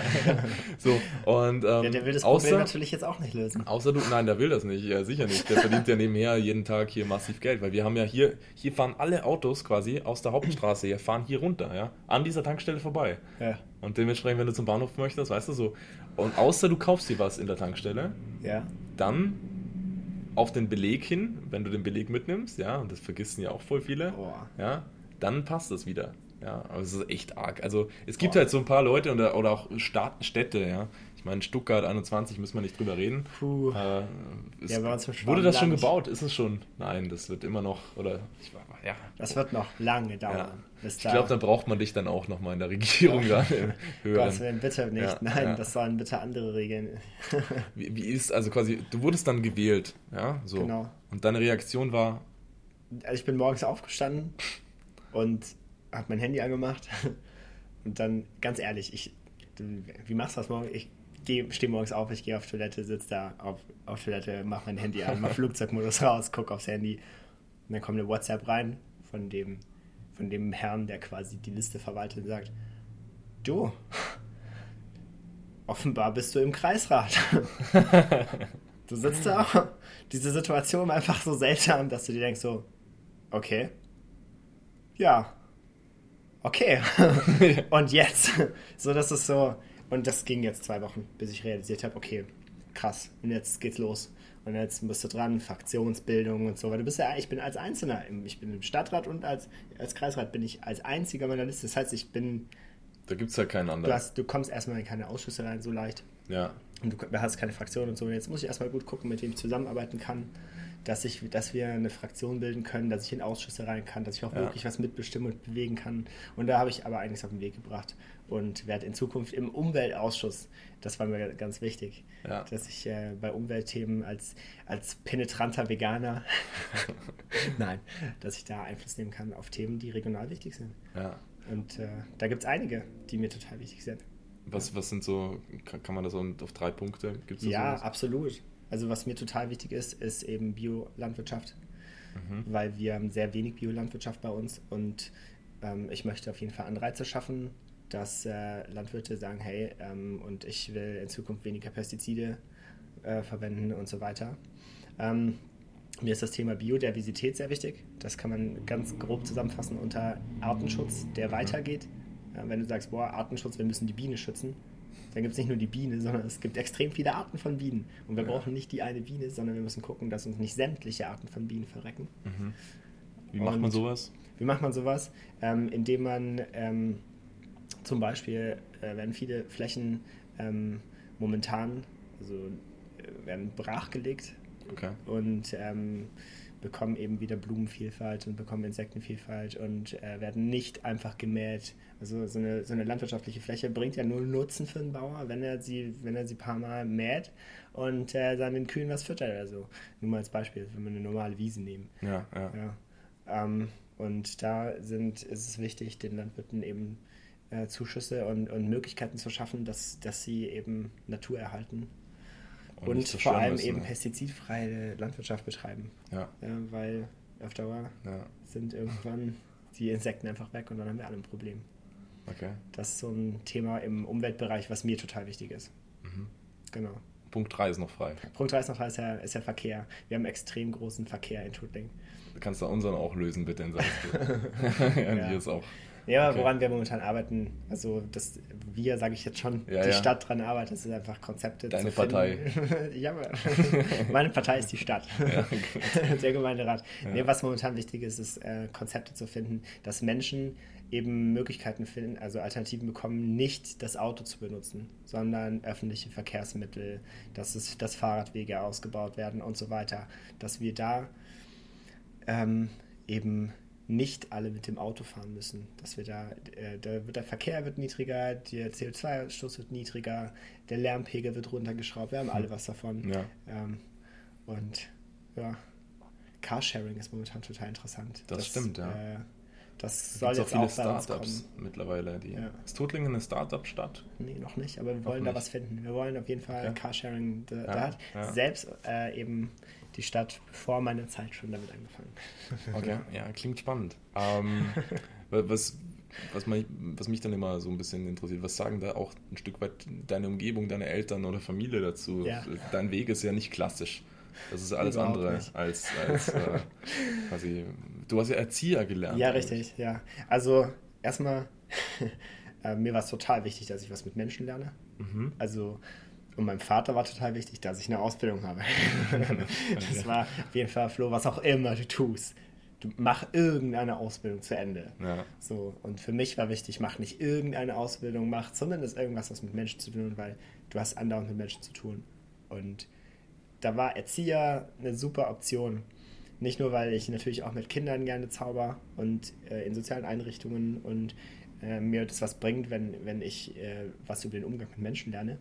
So, und Ja, der will das Problem außer, natürlich jetzt auch nicht lösen. außer du, nein, der will das nicht, ja, sicher nicht. Der verdient ja nebenher jeden Tag hier massiv Geld, weil wir haben ja hier fahren alle Autos quasi aus der Hauptstraße her, fahren hier runter, ja, an dieser Tankstelle vorbei. Ja. Und dementsprechend, wenn du zum Bahnhof möchtest, weißt du so. Und außer du kaufst dir was in der Tankstelle, Ja. dann auf den Beleg hin, wenn du den Beleg mitnimmst, ja, und das vergessen ja auch voll viele, Boah. ja, dann passt das wieder. Ja, aber es ist echt arg. Also es gibt Boah. halt so ein paar Leute oder auch Städte, ja. Ich meine, Stuttgart 21 müssen wir nicht drüber reden. Puh. Ja, bei uns im wurde das schon Schwabenland. gebaut? Ist es schon? Nein, das wird immer noch, ja. Das wird noch lange Ja. dauern. Bis Ich glaube, dann braucht man dich dann auch nochmal in der Regierung dann hören. Gottes Willen, bitte nicht. Ja, Nein, ja. das sollen bitte andere Regeln. Wie ist, also quasi, du wurdest dann gewählt, ja, so. Genau. Und deine Reaktion war, Also ich bin morgens aufgestanden und habe mein Handy angemacht und dann, ganz ehrlich, wie machst du das morgen? Ich stehe morgens auf, ich gehe auf Toilette, sitze da auf Toilette, mache mein Handy an, mache Flugzeugmodus raus, gucke aufs Handy und dann kommt eine WhatsApp rein von dem Herrn, der quasi die Liste verwaltet und sagt, du, offenbar bist du im Kreisrat. Du sitzt da, diese Situation war einfach so seltsam, dass du dir denkst so, okay, ja, okay, und jetzt? So, das ist so, und das ging jetzt 2 Wochen, bis ich realisiert habe, okay, krass, und jetzt geht's los. Und jetzt bist du dran, Fraktionsbildung und so, weil du bist ja, ich bin als Einzelner, ich bin im Stadtrat und als Kreisrat bin ich als einziger meiner Liste. Das heißt, da gibt es ja keinen anderen. du kommst erstmal in keine Ausschüsse rein, so leicht. Ja, Und du hast keine Fraktion und so. Und jetzt muss ich erstmal gut gucken, mit wem ich zusammenarbeiten kann, dass wir eine Fraktion bilden können, dass ich in Ausschüsse rein kann, dass ich auch Ja. wirklich was mitbestimmen und bewegen kann. Und da habe ich aber einiges auf den Weg gebracht und werde in Zukunft im Umweltausschuss, das war mir ganz wichtig, Ja. dass ich bei Umweltthemen als penetranter Veganer, nein, dass ich da Einfluss nehmen kann auf Themen, die regional wichtig sind. ja. Und da gibt es einige, die mir total wichtig sind. Was sind so, kann man das auf 3 Punkte? Gibt's da Ja, sowas? absolut. Also was mir total wichtig ist eben Biolandwirtschaft, weil wir haben sehr wenig Biolandwirtschaft bei uns und ich möchte auf jeden Fall Anreize schaffen, dass Landwirte sagen, hey, und ich will in Zukunft weniger Pestizide verwenden und so weiter. Mir ist das Thema Biodiversität sehr wichtig. Das kann man ganz grob zusammenfassen unter Artenschutz, der weitergeht. Wenn du sagst, boah, Artenschutz, wir müssen die Biene schützen, dann gibt es nicht nur die Biene, sondern es gibt extrem viele Arten von Bienen. Und wir brauchen nicht die eine Biene, sondern wir müssen gucken, dass uns nicht sämtliche Arten von Bienen verrecken. Wie macht man sowas? Wie macht man sowas? Indem man zum Beispiel werden viele Flächen momentan werden brachgelegt und bekommen eben wieder Blumenvielfalt und bekommen Insektenvielfalt und werden nicht einfach gemäht. Also so eine landwirtschaftliche Fläche bringt ja nur Nutzen für den Bauer, wenn er sie ein paar Mal mäht und dann den Kühen was füttert oder so. Nur mal als Beispiel, wenn wir eine normale Wiese nehmen. Ja. Und da ist es wichtig, den Landwirten eben Zuschüsse und Möglichkeiten zu schaffen, dass sie eben Natur erhalten und vor allem müssen, eben pestizidfreie Landwirtschaft betreiben. Ja. Weil auf Dauer sind irgendwann die Insekten einfach weg und dann haben wir alle ein Problem. Okay. Das ist so ein Thema im Umweltbereich, was mir total wichtig ist. Genau. Punkt 3 ist noch frei. Punkt 3 ist noch frei, ist ja Verkehr. Wir haben extrem großen Verkehr in Tuttlingen. Du kannst da unseren auch lösen, bitte in Salzburg. Hier ist auch. Ja, Okay. woran wir momentan arbeiten, also sage ich jetzt schon, die Stadt dran arbeitet, das ist einfach Konzepte Deine zu finden. Partei. Ja, meine Partei ist die Stadt. Der Gemeinderat. Ja. Nee, was momentan wichtig ist Konzepte zu finden, dass Menschen eben Möglichkeiten finden, also Alternativen bekommen, nicht das Auto zu benutzen, sondern öffentliche Verkehrsmittel, dass Fahrradwege ausgebaut werden und so weiter. Dass wir da eben nicht alle mit dem Auto fahren müssen. Dass wir der Verkehr wird niedriger, der CO2-Ausstoß wird niedriger, der Lärmpegel wird runtergeschraubt, wir haben alle was davon. Ja. Und ja, Carsharing ist momentan total interessant. Das stimmt, ja. Das soll Gibt jetzt auch auch viele bei uns Startups kommen. mittlerweile. Ja. Ist Tuttlingen eine Startup-Stadt? Nee, noch nicht, aber wir wollen da was finden. Wir wollen auf jeden Fall Carsharing. Da hat selbst eben die Stadt vor meiner Zeit schon damit angefangen. Okay, ja, klingt spannend. Was mich dann immer so ein bisschen interessiert, was sagen da auch ein Stück weit deine Umgebung, deine Eltern oder Familie dazu? Ja. Dein Weg ist ja nicht klassisch. Das ist alles Überhaupt andere nicht. als quasi. Du hast ja Erzieher gelernt. Ja, eigentlich. richtig, ja. Also erstmal, mir war es total wichtig, dass ich was mit Menschen lerne. Also, und meinem Vater war total wichtig, dass ich eine Ausbildung habe. Das war auf jeden Fall, Flo, was auch immer du tust. Du mach irgendeine Ausbildung zu Ende. Ja. So, und für mich war wichtig, mach nicht irgendeine Ausbildung, mach zumindest irgendwas, was mit Menschen zu tun hat, weil du hast andauernd mit Menschen zu tun. Und da war Erzieher eine super Option. Nicht nur, weil ich natürlich auch mit Kindern gerne zauber und in sozialen Einrichtungen und mir das was bringt, wenn ich was über den Umgang mit Menschen lerne.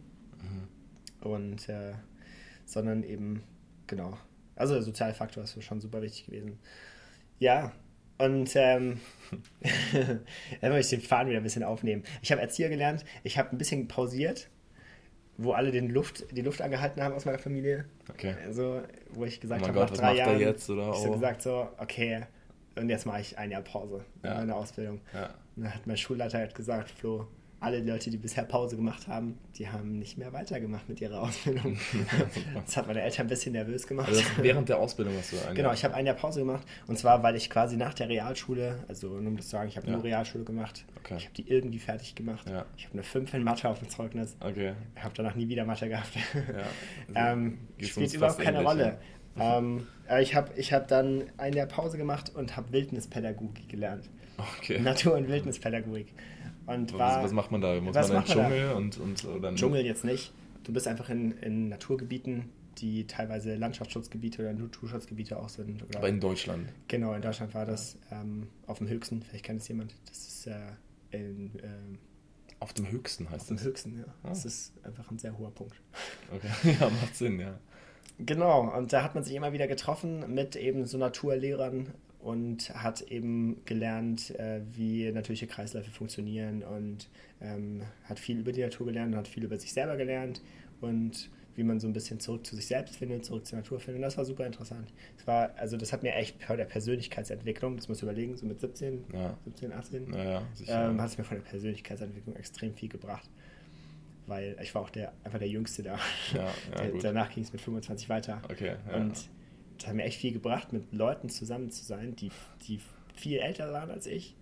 Und sondern eben, genau. Also der soziale Faktor ist schon super wichtig gewesen. Ja, und dann möchte ich den Faden wieder ein bisschen aufnehmen. Ich habe Erzieher gelernt, ich habe ein bisschen pausiert, wo alle die Luft angehalten haben aus meiner Familie. Okay. Also, wo ich gesagt Oh mein habe, Gott, nach was 3 macht er Jahren, jetzt, oder? ich so Oh. gesagt so, okay, und jetzt mache ich 1 Jahr Pause in Ja. meiner Ausbildung. Ja. Und dann hat mein Schulleiter halt gesagt, Flo, alle Leute, die bisher Pause gemacht haben, die haben nicht mehr weitergemacht mit ihrer Ausbildung. Das hat meine Eltern ein bisschen nervös gemacht. Also während der Ausbildung hast du Genau, ich habe 1 Jahr Pause gemacht und zwar, weil ich quasi nach der Realschule, also um das zu sagen, ich habe nur Realschule gemacht, Okay. ich habe die irgendwie fertig gemacht, Ja. ich habe eine 5 in Mathe auf dem Zeugnis, Okay. ich habe danach nie wieder Mathe gehabt. Ja. Geht's Spielt uns überhaupt fast keine ähnlich, Rolle. Ich hab dann 1 Jahr Pause gemacht und habe Wildnispädagogik gelernt. Okay. Natur- und Wildnispädagogik. Und Was macht man da? Muss man in den Dschungel und oder Dschungel jetzt nicht. Du bist einfach in Naturgebieten, die teilweise Landschaftschutzgebiete oder Naturschutzgebiete auch sind. Oder aber in Deutschland. Genau, in Deutschland war das auf dem Höchsten. Vielleicht kennt es jemand. Das ist Auf dem Höchsten heißt auf dem das. Höchsten, ja. Ah. Das ist einfach ein sehr hoher Punkt. Okay. Ja, macht Sinn, ja. Genau, und da hat man sich immer wieder getroffen mit eben so Naturlehrern und hat eben gelernt, wie natürliche Kreisläufe funktionieren und hat viel über die Natur gelernt und hat viel über sich selber gelernt und wie man so ein bisschen zurück zu sich selbst findet, zurück zur Natur findet. Und das war super interessant. Das hat mir echt von der Persönlichkeitsentwicklung, das musst du überlegen, so mit 17, 18, hat es mir von der Persönlichkeitsentwicklung extrem viel gebracht. Weil ich war auch einfach der Jüngste da. Danach ging es mit 25 weiter. Okay, und das hat mir echt viel gebracht, mit Leuten zusammen zu sein, die viel älter waren als ich.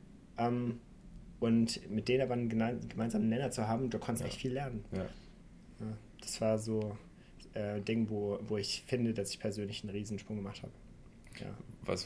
Und mit denen aber einen gemeinsamen Nenner zu haben, du konntest echt viel lernen. Ja. Das war so ein Ding, wo ich finde, dass ich persönlich einen Riesensprung gemacht habe. Ja. Was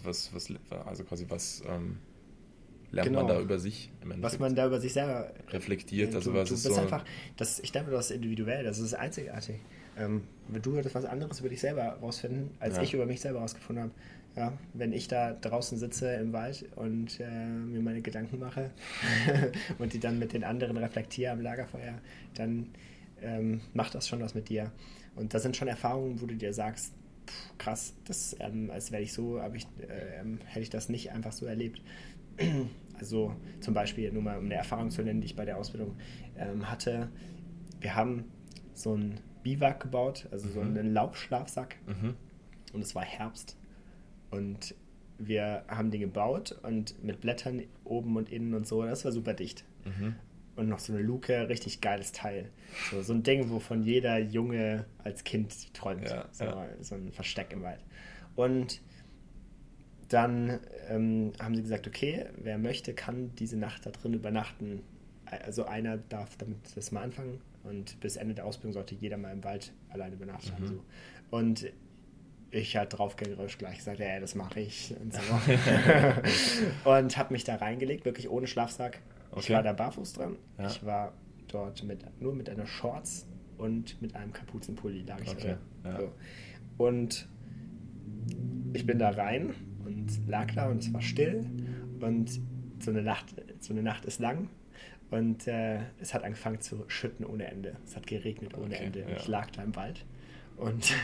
lernt man da über sich im Endeffekt? Was man da über sich selber reflektiert. Du bist so einfach, ich denke, das ist individuell, das ist einzigartig. Du würdest was anderes über dich selber rausfinden, als ich über mich selber rausgefunden habe. Ja, wenn ich da draußen sitze im Wald und mir meine Gedanken mache und die dann mit den anderen reflektiere am Lagerfeuer, dann macht das schon was mit dir. Und das sind schon Erfahrungen, wo du dir sagst, krass, das, als wäre ich so, aber hätte ich das nicht einfach so erlebt. Also zum Beispiel, nur mal um eine Erfahrung zu nennen, die ich bei der Ausbildung hatte. Wir haben so einen Biwak gebaut, also so einen Laubschlafsack. Und es war Herbst. Und wir haben den gebaut und mit Blättern oben und innen und so, das war super dicht. Und noch so eine Luke, richtig geiles Teil. So ein Ding, wovon jeder Junge als Kind träumt. So ein Versteck im Wald. Und dann haben sie gesagt, okay, wer möchte, kann diese Nacht da drin übernachten. Also einer darf damit das mal anfangen und bis Ende der Ausbildung sollte jeder mal im Wald alleine übernachten. So. Und ich halt draufgängerisch gleich gesagt, ja, das mache ich. Und, so. Und habe mich da reingelegt, wirklich ohne Schlafsack. Okay. Ich war da barfuß dran. Ja. Ich war dort nur mit einer Shorts und mit einem Kapuzenpulli lag ich da. Ja. So. Und ich bin da rein und lag da und es war still und so eine Nacht ist lang und es hat angefangen zu schütten ohne Ende. Es hat geregnet ohne Ende. Ja. Ich lag da im Wald und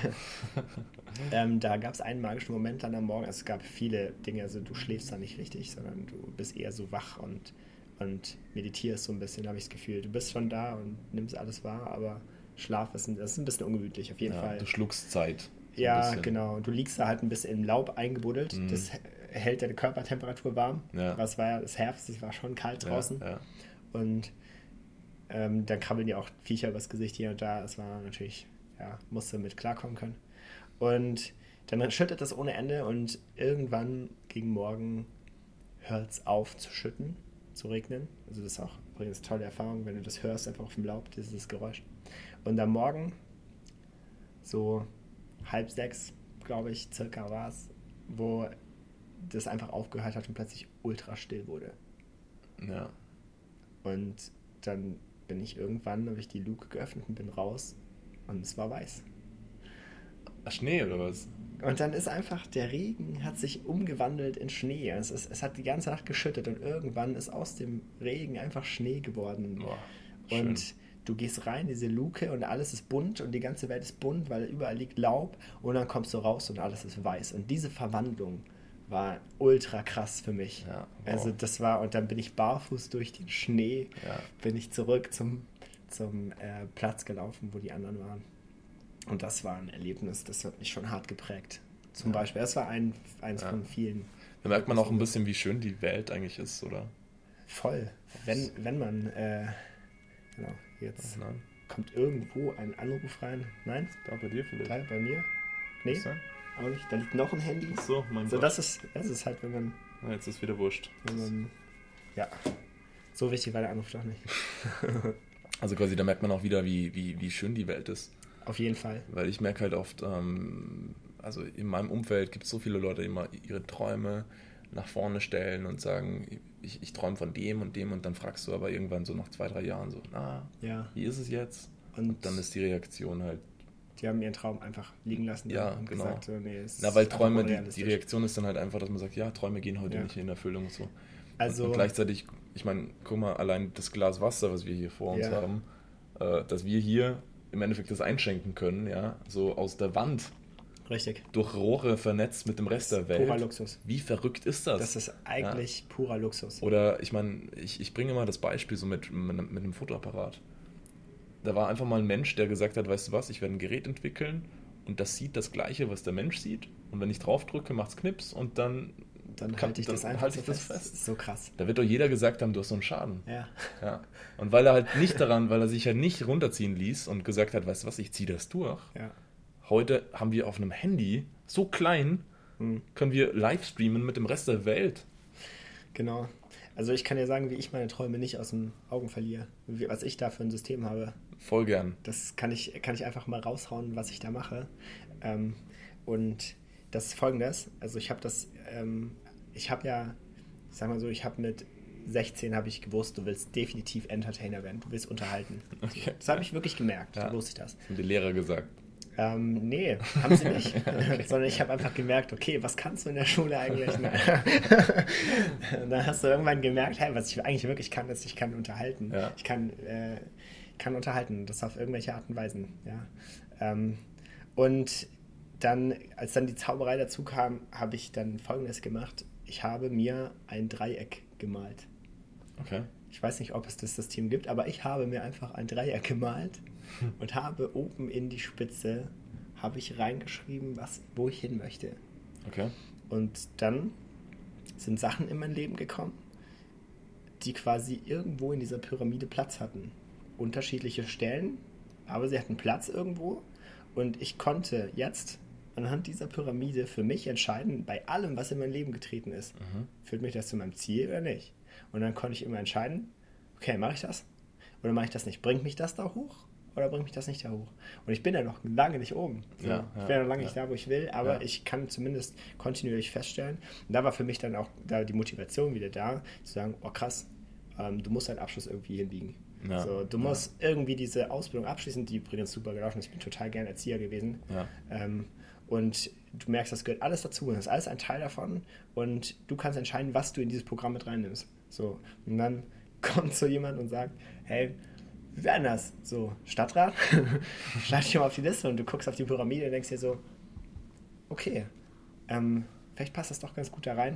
da gab es einen magischen Moment dann am Morgen. Also es gab viele Dinge, also du schläfst da nicht richtig, sondern du bist eher so wach und meditierst so ein bisschen, habe ich das Gefühl. Du bist schon da und nimmst alles wahr, aber Schlaf ist ein bisschen ungemütlich auf jeden Fall. Du schluckst Zeit. So ja, genau. Du liegst da halt ein bisschen im Laub eingebuddelt. Das hält deine Körpertemperatur warm. Ja. Aber es war ja das Herbst, es war schon kalt draußen. Ja. Und dann krabbeln ja auch Viecher übers Gesicht hier und da. Es war natürlich, musste mit klarkommen können. Und dann schüttet das ohne Ende und irgendwann gegen Morgen hört es auf zu schütten, zu regnen. Also das ist auch übrigens eine tolle Erfahrung, wenn du das hörst, einfach auf dem Laub, dieses Geräusch. Und am Morgen, so 5:30, glaube ich, circa war es, wo das einfach aufgehört hat und plötzlich ultra still wurde. Ja. Und dann habe ich die Luke geöffnet und bin raus und es war weiß. Schnee oder was? Und dann ist einfach, der Regen hat sich umgewandelt in Schnee. Es hat die ganze Nacht geschüttet und irgendwann ist aus dem Regen einfach Schnee geworden. Boah, und du gehst rein, diese Luke und alles ist bunt und die ganze Welt ist bunt, weil überall liegt Laub und dann kommst du raus und alles ist weiß. Und diese Verwandlung war ultra krass für mich. Ja, wow. Also das war, und dann bin ich barfuß durch den Schnee, bin ich zurück zum Platz gelaufen, wo die anderen waren. Und das war ein Erlebnis, das hat mich schon hart geprägt. Zum Beispiel, das war eins von vielen. Da merkt man auch ein bisschen, wie schön die Welt eigentlich ist, oder? Voll. Wenn man, genau, jetzt kommt irgendwo ein Anruf rein. Nein? Da bei dir vielleicht. Da, bei mir? Nee, auch nicht. Da liegt noch ein Handy. Ach so, mein Gott. Das ist halt, wenn man... Ja, jetzt ist wieder wurscht. So wichtig war der Anruf doch nicht. Also quasi, da merkt man auch wieder, wie schön die Welt ist. Auf jeden Fall. Weil ich merke halt oft, also in meinem Umfeld gibt es so viele Leute, die immer ihre Träume nach vorne stellen und sagen, ich träume von dem und dem, und dann fragst du aber irgendwann so nach 2-3 Jahren so, wie ist es jetzt? Und dann ist die Reaktion halt... Die haben ihren Traum einfach liegen lassen und gesagt, so, nee, weil Träume, die Reaktion ist dann halt einfach, dass man sagt, Träume gehen heute nicht in Erfüllung und so. Also, und gleichzeitig, ich meine, guck mal, allein das Glas Wasser, was wir hier vor uns haben, dass wir hier im Endeffekt das einschenken können, so aus der Wand. Richtig. durch Rohre vernetzt mit dem Rest der Welt. Purer Luxus. Wie verrückt ist das? Das ist eigentlich purer Luxus. Oder ich meine, ich bringe mal das Beispiel so mit einem Fotoapparat. Da war einfach mal ein Mensch, der gesagt hat, weißt du was, ich werde ein Gerät entwickeln und das sieht das Gleiche, was der Mensch sieht. Und wenn ich drauf drücke, macht es Knips und dann halte ich das einfach halt so ich das fest. Das ist so krass. Da wird doch jeder gesagt haben, du hast so einen Schaden. Ja. Und weil er sich halt nicht runterziehen ließ und gesagt hat, weißt du was, ich ziehe das durch. Ja. Heute haben wir auf einem Handy, so klein, können wir live streamen mit dem Rest der Welt. Genau. Also ich kann dir sagen, wie ich meine Träume nicht aus den Augen verliere. Was ich da für ein System habe. Voll gern. Das kann ich einfach mal raushauen, was ich da mache. Und das ist Folgendes. Also ich habe mit 16 habe ich gewusst, du willst definitiv Entertainer werden. Du willst unterhalten. Okay. Das habe ich wirklich gemerkt. Ja. So wusste ich das. Haben die Lehrer gesagt. Nee, haben sie nicht. Sondern ich habe einfach gemerkt, okay, was kannst du in der Schule eigentlich? Und dann hast du irgendwann gemerkt, hey, was ich eigentlich wirklich kann, ist, ich kann unterhalten. Ja. Ich kann unterhalten, das auf irgendwelche Art und Weisen. Ja. Und dann, als dann die Zauberei dazu kam, habe ich dann Folgendes gemacht. Ich habe mir ein Dreieck gemalt. Okay. Ich weiß nicht, ob es das System gibt, aber ich habe mir einfach ein Dreieck gemalt und habe oben in die Spitze habe ich reingeschrieben, wo ich hin möchte. Okay. Und dann sind Sachen in mein Leben gekommen, die quasi irgendwo in dieser Pyramide Platz hatten. Unterschiedliche Stellen, aber sie hatten Platz irgendwo. Und ich konnte jetzt anhand dieser Pyramide für mich entscheiden, bei allem, was in mein Leben getreten ist, führt mich das zu meinem Ziel oder nicht? Und dann konnte ich immer entscheiden, okay, mache ich das oder mache ich das nicht? Bringt mich das da hoch oder bringt mich das nicht da hoch? Und ich bin ja noch lange nicht oben. So, ich bin ja noch lange nicht da, wo ich will, aber ich kann zumindest kontinuierlich feststellen. Und da war für mich dann auch da die Motivation wieder da, zu sagen, oh krass, du musst deinen Abschluss irgendwie hinbiegen. Ja. So, du musst irgendwie diese Ausbildung abschließen, die übrigens super gelaufen ist. Ich bin total gern Erzieher gewesen. Ja. Und du merkst, das gehört alles dazu. Das ist alles ein Teil davon. Und du kannst entscheiden, was du in dieses Programm mit reinnimmst. So. Und dann kommt so jemand und sagt, hey, wie wäre das? So, Stadtrat? Schlag dich mal auf die Liste und du guckst auf die Pyramide und denkst dir so, okay, vielleicht passt das doch ganz gut da rein.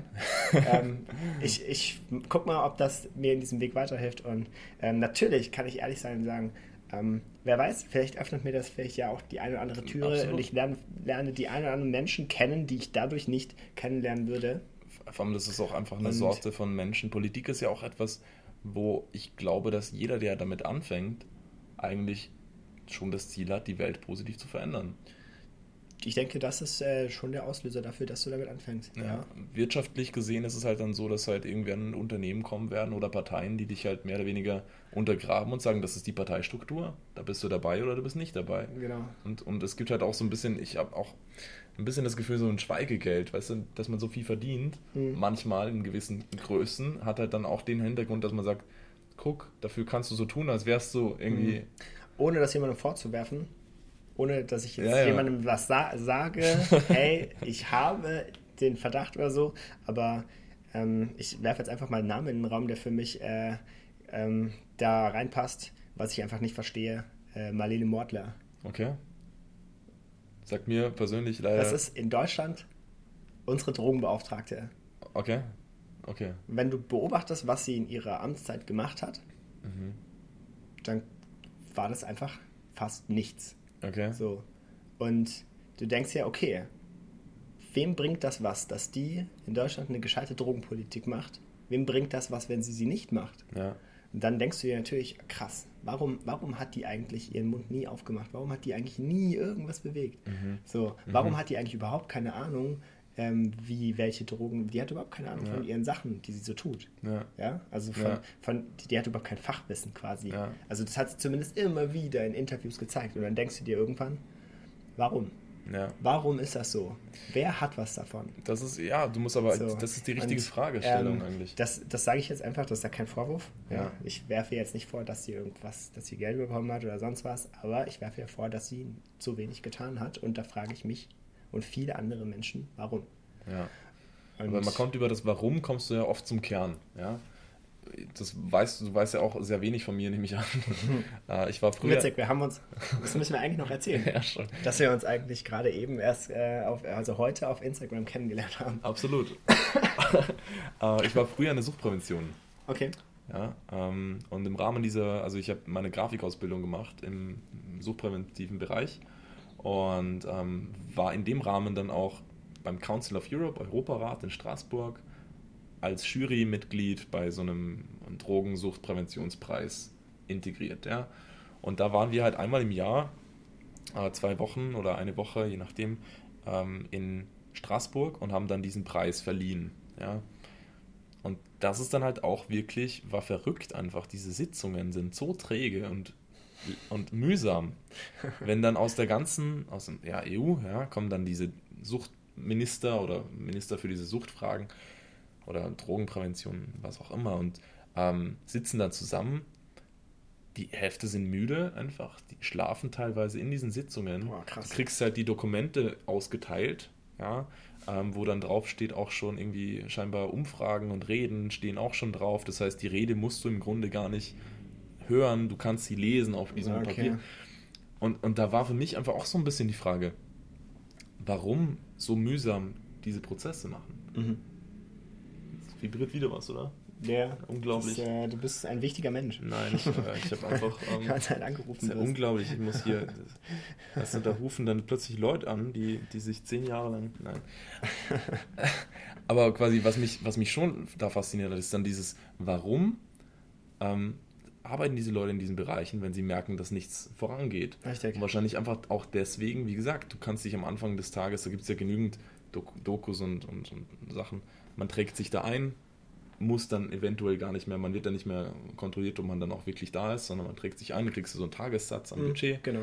Ich guck mal, ob das mir in diesem Weg weiterhilft. Und natürlich kann ich ehrlich sein und sagen, wer weiß, vielleicht öffnet mir das vielleicht ja auch die eine oder andere Türe. Absolut. Und ich lerne die ein oder anderen Menschen kennen, die ich dadurch nicht kennenlernen würde. Vor allem, das ist auch einfach eine Sorte von Menschen. Politik ist ja auch etwas, wo ich glaube, dass jeder, der damit anfängt, eigentlich schon das Ziel hat, die Welt positiv zu verändern. Ich denke, das ist schon der Auslöser dafür, dass du damit anfängst. Ja. Wirtschaftlich gesehen ist es halt dann so, dass halt irgendwann Unternehmen kommen werden oder Parteien, die dich halt mehr oder weniger untergraben und sagen, das ist die Parteistruktur, da bist du dabei oder du bist nicht dabei. Genau. Und es gibt halt auch so ein bisschen, ich habe auch ein bisschen das Gefühl, so ein Schweigegeld, weißt du, dass man so viel verdient, manchmal in gewissen Größen, hat halt dann auch den Hintergrund, dass man sagt, guck, dafür kannst du so tun, als wärst du irgendwie... Ohne das jemandem vorzuwerfen, ohne dass ich jetzt jemandem was sage, hey, ich habe den Verdacht oder so, aber ich werfe jetzt einfach mal einen Namen in den Raum, der für mich da reinpasst, was ich einfach nicht verstehe. Marlene Mortler. Okay. Sagt mir persönlich leider... Das ist in Deutschland unsere Drogenbeauftragte. Okay. Wenn du beobachtest, was sie in ihrer Amtszeit gemacht hat, dann war das einfach fast nichts. Okay. So. Und du denkst ja, okay, wem bringt das was, dass die in Deutschland eine gescheite Drogenpolitik macht? Wem bringt das was, wenn sie nicht macht? Ja. Und dann denkst du dir natürlich, krass, warum hat die eigentlich ihren Mund nie aufgemacht? Warum hat die eigentlich nie irgendwas bewegt? So, warum hat die eigentlich überhaupt keine Ahnung, wie welche Drogen, die hat überhaupt keine Ahnung von ihren Sachen, die sie so tut. Ja? Also die hat überhaupt kein Fachwissen quasi. Ja. Also das hat sie zumindest immer wieder in Interviews gezeigt. Und dann denkst du dir irgendwann, warum? Ja. Warum ist das so? Wer hat was davon? Das ist, du musst aber, So. das ist die richtige Fragestellung eigentlich. Das sage ich jetzt einfach, das ist ja kein Vorwurf. Ja. Ich werfe jetzt nicht vor, dass sie Geld bekommen hat oder sonst was, aber ich werfe ihr vor, dass sie zu wenig getan hat und da frage ich mich und viele andere Menschen, warum? Ja. Und Aber man kommt über das Warum, kommst du ja oft zum Kern. Ja? du weißt ja auch sehr wenig von mir, nehme ich an. Ich war früher... Witzig, das müssen wir eigentlich noch erzählen, ja, schon. Dass wir uns eigentlich gerade eben erst, heute auf Instagram kennengelernt haben. Absolut. Ich war früher in der Suchtprävention. Okay. Ja, und im Rahmen also ich habe meine Grafikausbildung gemacht im suchtpräventiven Bereich und war in dem Rahmen dann auch beim Council of Europe, Europarat in Straßburg, als Jurymitglied bei so einem Drogensuchtpräventionspreis integriert. Ja. Und da waren wir halt einmal im Jahr, 2 Wochen oder eine Woche, je nachdem, in Straßburg und haben dann diesen Preis verliehen. Ja. Und das ist dann halt auch wirklich, war verrückt einfach. Diese Sitzungen sind so träge und mühsam. Wenn dann aus der ganzen, EU, kommen dann diese Suchtminister oder Minister für diese Suchtfragen oder Drogenprävention, was auch immer, und sitzen dann zusammen. Die Hälfte sind müde einfach, die schlafen teilweise in diesen Sitzungen. Boah, krass. Du kriegst halt die Dokumente ausgeteilt, ja, wo dann drauf steht auch schon irgendwie scheinbar Umfragen und Reden stehen auch schon drauf. Das heißt, die Rede musst du im Grunde gar nicht hören, du kannst sie lesen auf diesem Papier. Und da war für mich einfach auch so ein bisschen die Frage, warum so mühsam diese Prozesse machen. Mhm. Jetzt vibriert wieder was, oder? Ja, unglaublich. Du bist ein wichtiger Mensch. Nein, ich habe einfach... Als halt angerufen ist ja unglaublich, ich muss hier... da rufen dann plötzlich Leute an, die sich 10 Jahre lang... Nein. Aber quasi, was mich schon da fasziniert hat, ist dann dieses, warum arbeiten diese Leute in diesen Bereichen, wenn sie merken, dass nichts vorangeht. Richtig. Und wahrscheinlich einfach auch deswegen, wie gesagt, du kannst dich am Anfang des Tages, da gibt es ja genügend Dokus und Sachen, man trägt sich da ein, muss dann eventuell gar nicht mehr, man wird dann nicht mehr kontrolliert, ob man dann auch wirklich da ist, sondern man trägt sich ein, kriegst du so einen Tagessatz am Budget. Genau.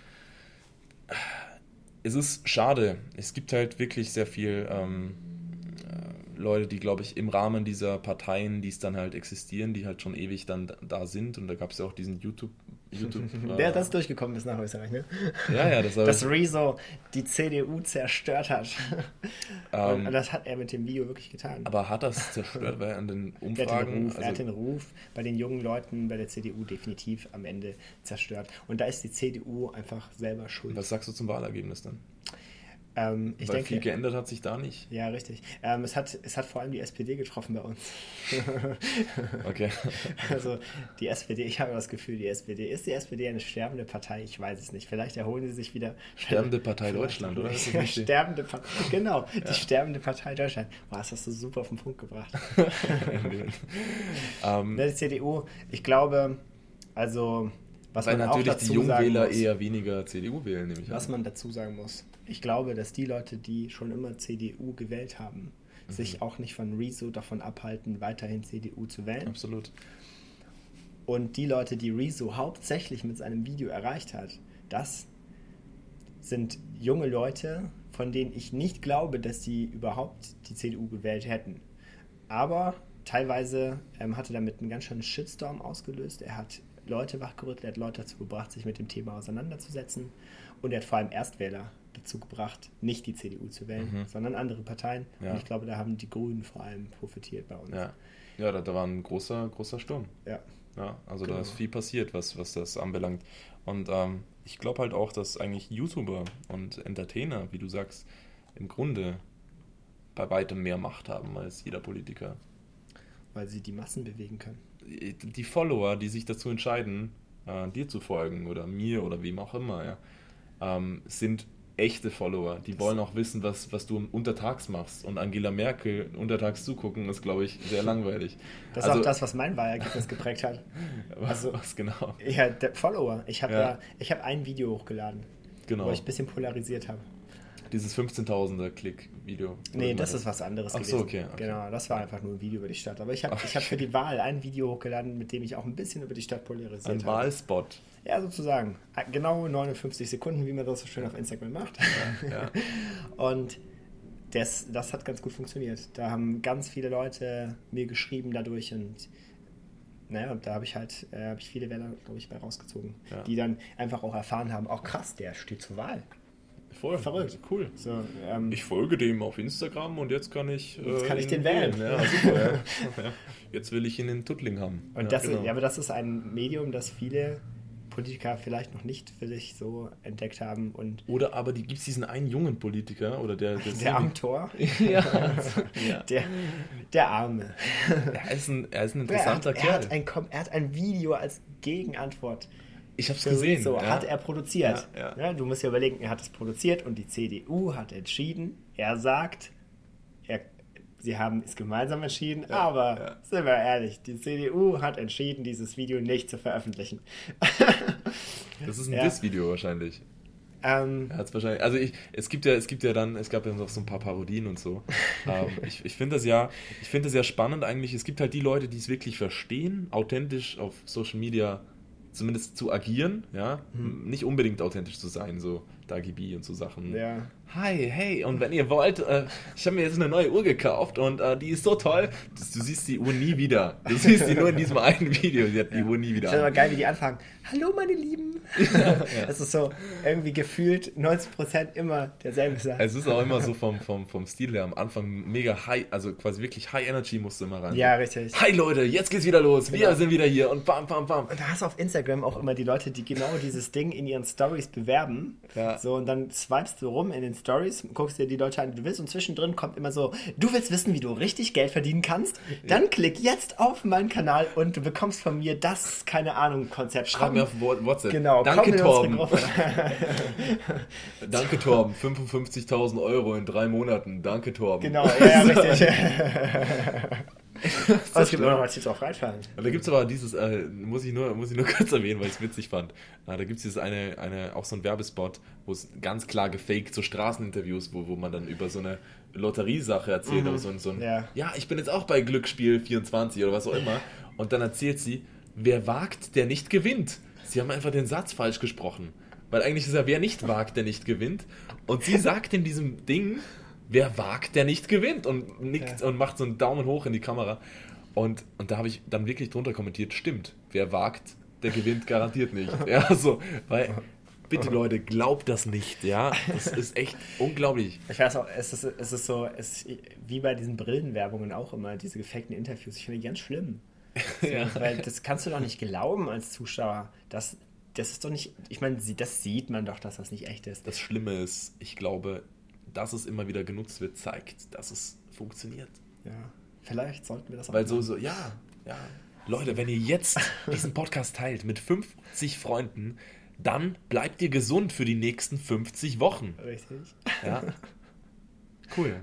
Es ist schade. Es gibt halt wirklich sehr viel Leute, die, glaube ich, im Rahmen dieser Parteien, die es dann halt existieren, die halt schon ewig dann da sind, und da gab es ja auch diesen YouTube Wer das durchgekommen ist nach Österreich, ne? Ja, dass Rezo die CDU zerstört hat. Und das hat er mit dem Video wirklich getan. Aber hat das zerstört, weil an den Umfragen... Er hat den Ruf bei den jungen Leuten bei der CDU definitiv am Ende zerstört. Und da ist die CDU einfach selber schuld. Was sagst du zum Wahlergebnis dann? Ich denke, viel geändert hat sich da nicht. Ja, richtig. Es hat vor allem die SPD getroffen bei uns. Okay. Also die SPD, ich habe das Gefühl, ist die SPD eine sterbende Partei? Ich weiß es nicht. Vielleicht erholen sie sich wieder. Sterbende Partei Deutschland, oder? Sterbende Partei, genau. Ja. Die sterbende Partei Deutschland. Boah, das hast du super auf den Punkt gebracht. Die CDU, ich glaube, also... Weil natürlich die Jungwähler eher weniger CDU wählen, nämlich. Was man dazu sagen muss. Ich glaube, dass die Leute, die schon immer CDU gewählt haben, sich auch nicht von Rezo davon abhalten, weiterhin CDU zu wählen. Absolut. Und die Leute, die Rezo hauptsächlich mit seinem Video erreicht hat, das sind junge Leute, von denen ich nicht glaube, dass sie überhaupt die CDU gewählt hätten. Aber teilweise hat er damit einen ganz schönen Shitstorm ausgelöst. Er hat Leute wachgerüttelt, er hat Leute dazu gebracht, sich mit dem Thema auseinanderzusetzen, und er hat vor allem Erstwähler dazu gebracht, nicht die CDU zu wählen, sondern andere Parteien. Ja. Und ich glaube, da haben die Grünen vor allem profitiert bei uns. Ja, da war ein großer Sturm. Ja, also genau. Da ist viel passiert, was das anbelangt. Und ich glaube halt auch, dass eigentlich YouTuber und Entertainer, wie du sagst, im Grunde bei weitem mehr Macht haben als jeder Politiker. Weil sie die Massen bewegen können. Die Follower, die sich dazu entscheiden, dir zu folgen oder mir oder wem auch immer, sind echte Follower. Die wollen auch wissen, was du untertags machst. Und Angela Merkel untertags zugucken, ist, glaube ich, sehr langweilig. Das ist auch das, was mein Wahlergebnis geprägt hat. Was genau? Ja, der Follower. Ich habe ein Video hochgeladen, wo ich ein bisschen polarisiert habe. Dieses 15.000er Klick-Video. Nee, das ist was anderes gewesen. Ach so, okay. Genau, das war einfach nur ein Video über die Stadt. Aber ich hab für die Wahl ein Video hochgeladen, mit dem ich auch ein bisschen über die Stadt polarisiert habe. Ein Wahlspot. Ja, sozusagen. Genau 59 Sekunden, wie man das so schön auf Instagram macht. Ja. Und das hat ganz gut funktioniert. Da haben ganz viele Leute mir geschrieben dadurch, und da habe ich viele Wähler, glaube ich, bei rausgezogen, die dann einfach auch erfahren haben, auch krass, der steht zur Wahl. Voll. Verrückt. Cool. So, Ich folge dem auf Instagram und jetzt kann ich, ich den wählen. Ja, super, ja. Jetzt will ich ihn in Tuttling haben. Und genau. aber das ist ein Medium, das viele Politiker vielleicht noch nicht für sich so entdeckt haben. Und Oder aber gibt es diesen einen jungen Politiker, oder der am Tor, ja. der Arme. Er ist ein interessanter Kerl. Er hat ein Video als Gegenantwort. Ich habe es gesehen. So, hat er produziert. Ja. Ja, du musst dir überlegen, er hat es produziert und die CDU hat entschieden. Er sagt, sie haben es gemeinsam entschieden, aber sind wir ehrlich, die CDU hat entschieden, dieses Video nicht zu veröffentlichen. Das ist ein Diss-Video wahrscheinlich. Hat's wahrscheinlich. Also es gab ja noch so ein paar Parodien und so. Ich finde das ja spannend eigentlich. Es gibt halt die Leute, die es wirklich verstehen, authentisch auf Social Media zumindest zu agieren, ja, nicht unbedingt authentisch zu sein, so Dagi B und so Sachen. Ja. Hi, hey, und wenn ihr wollt, ich habe mir jetzt eine neue Uhr gekauft und die ist so toll, du siehst die Uhr nie wieder. Du siehst die nur in diesem einen Video, sie hat die Uhr nie wieder. Ich finde aber geil, wie die anfangen. Hallo meine Lieben. Es ist so irgendwie gefühlt 90% immer derselbe Satz. Es ist auch immer so vom Stil her am Anfang mega high, also quasi wirklich High Energy musst du immer rein. Ja, richtig. Hi Leute, jetzt geht's wieder los, wir sind wieder hier und bam, bam, bam. Und da hast du auf Instagram auch immer die Leute, die genau dieses Ding in ihren Stories bewerben. Ja. So, und dann swipest du rum in den Stories, guckst dir die Leute an, die du willst, und zwischendrin kommt immer so, du willst wissen, wie du richtig Geld verdienen kannst? Dann klick jetzt auf meinen Kanal und du bekommst von mir das, keine Ahnung, Konzept. Schreib mir auf WhatsApp. Genau, danke Torben. Danke Torben, 55.000 € in 3 Monaten. Danke Torben. Genau, ja, richtig. Es gibt immer noch Tipps auf Reitfahren. Da gibt es aber dieses, muss ich nur kurz erwähnen, weil ich es witzig fand. Da gibt es dieses auch so ein Werbespot, wo es ganz klar gefaked, so Straßeninterviews, wo man dann über so eine Lotteriesache erzählt, aber ja, ich bin jetzt auch bei Glücksspiel 24 oder was auch immer. Und dann erzählt sie, wer wagt, der nicht gewinnt. Sie haben einfach den Satz falsch gesprochen. Weil eigentlich ist ja, wer nicht wagt, der nicht gewinnt. Und sie sagt in diesem Ding, wer wagt, der nicht gewinnt, und nickt und macht so einen Daumen hoch in die Kamera. Und da habe ich dann wirklich drunter kommentiert, stimmt, wer wagt, der gewinnt garantiert nicht. Ja, so, weil, bitte Leute, glaubt das nicht, ja, das ist echt unglaublich. Ich weiß auch, es ist so, wie bei diesen Brillenwerbungen auch immer, diese gefakten Interviews, ich finde die ganz schlimm. So, weil das kannst du doch nicht glauben als Zuschauer, das ist doch nicht, ich meine, das sieht man doch, dass das nicht echt ist. Das Schlimme ist, ich glaube, dass es immer wieder genutzt wird, zeigt, dass es funktioniert. Ja, vielleicht sollten wir das auch weil machen. Ja. Leute, wenn ihr jetzt diesen Podcast teilt mit 50 Freunden, dann bleibt ihr gesund für die nächsten 50 Wochen. Richtig. Ja. Cool.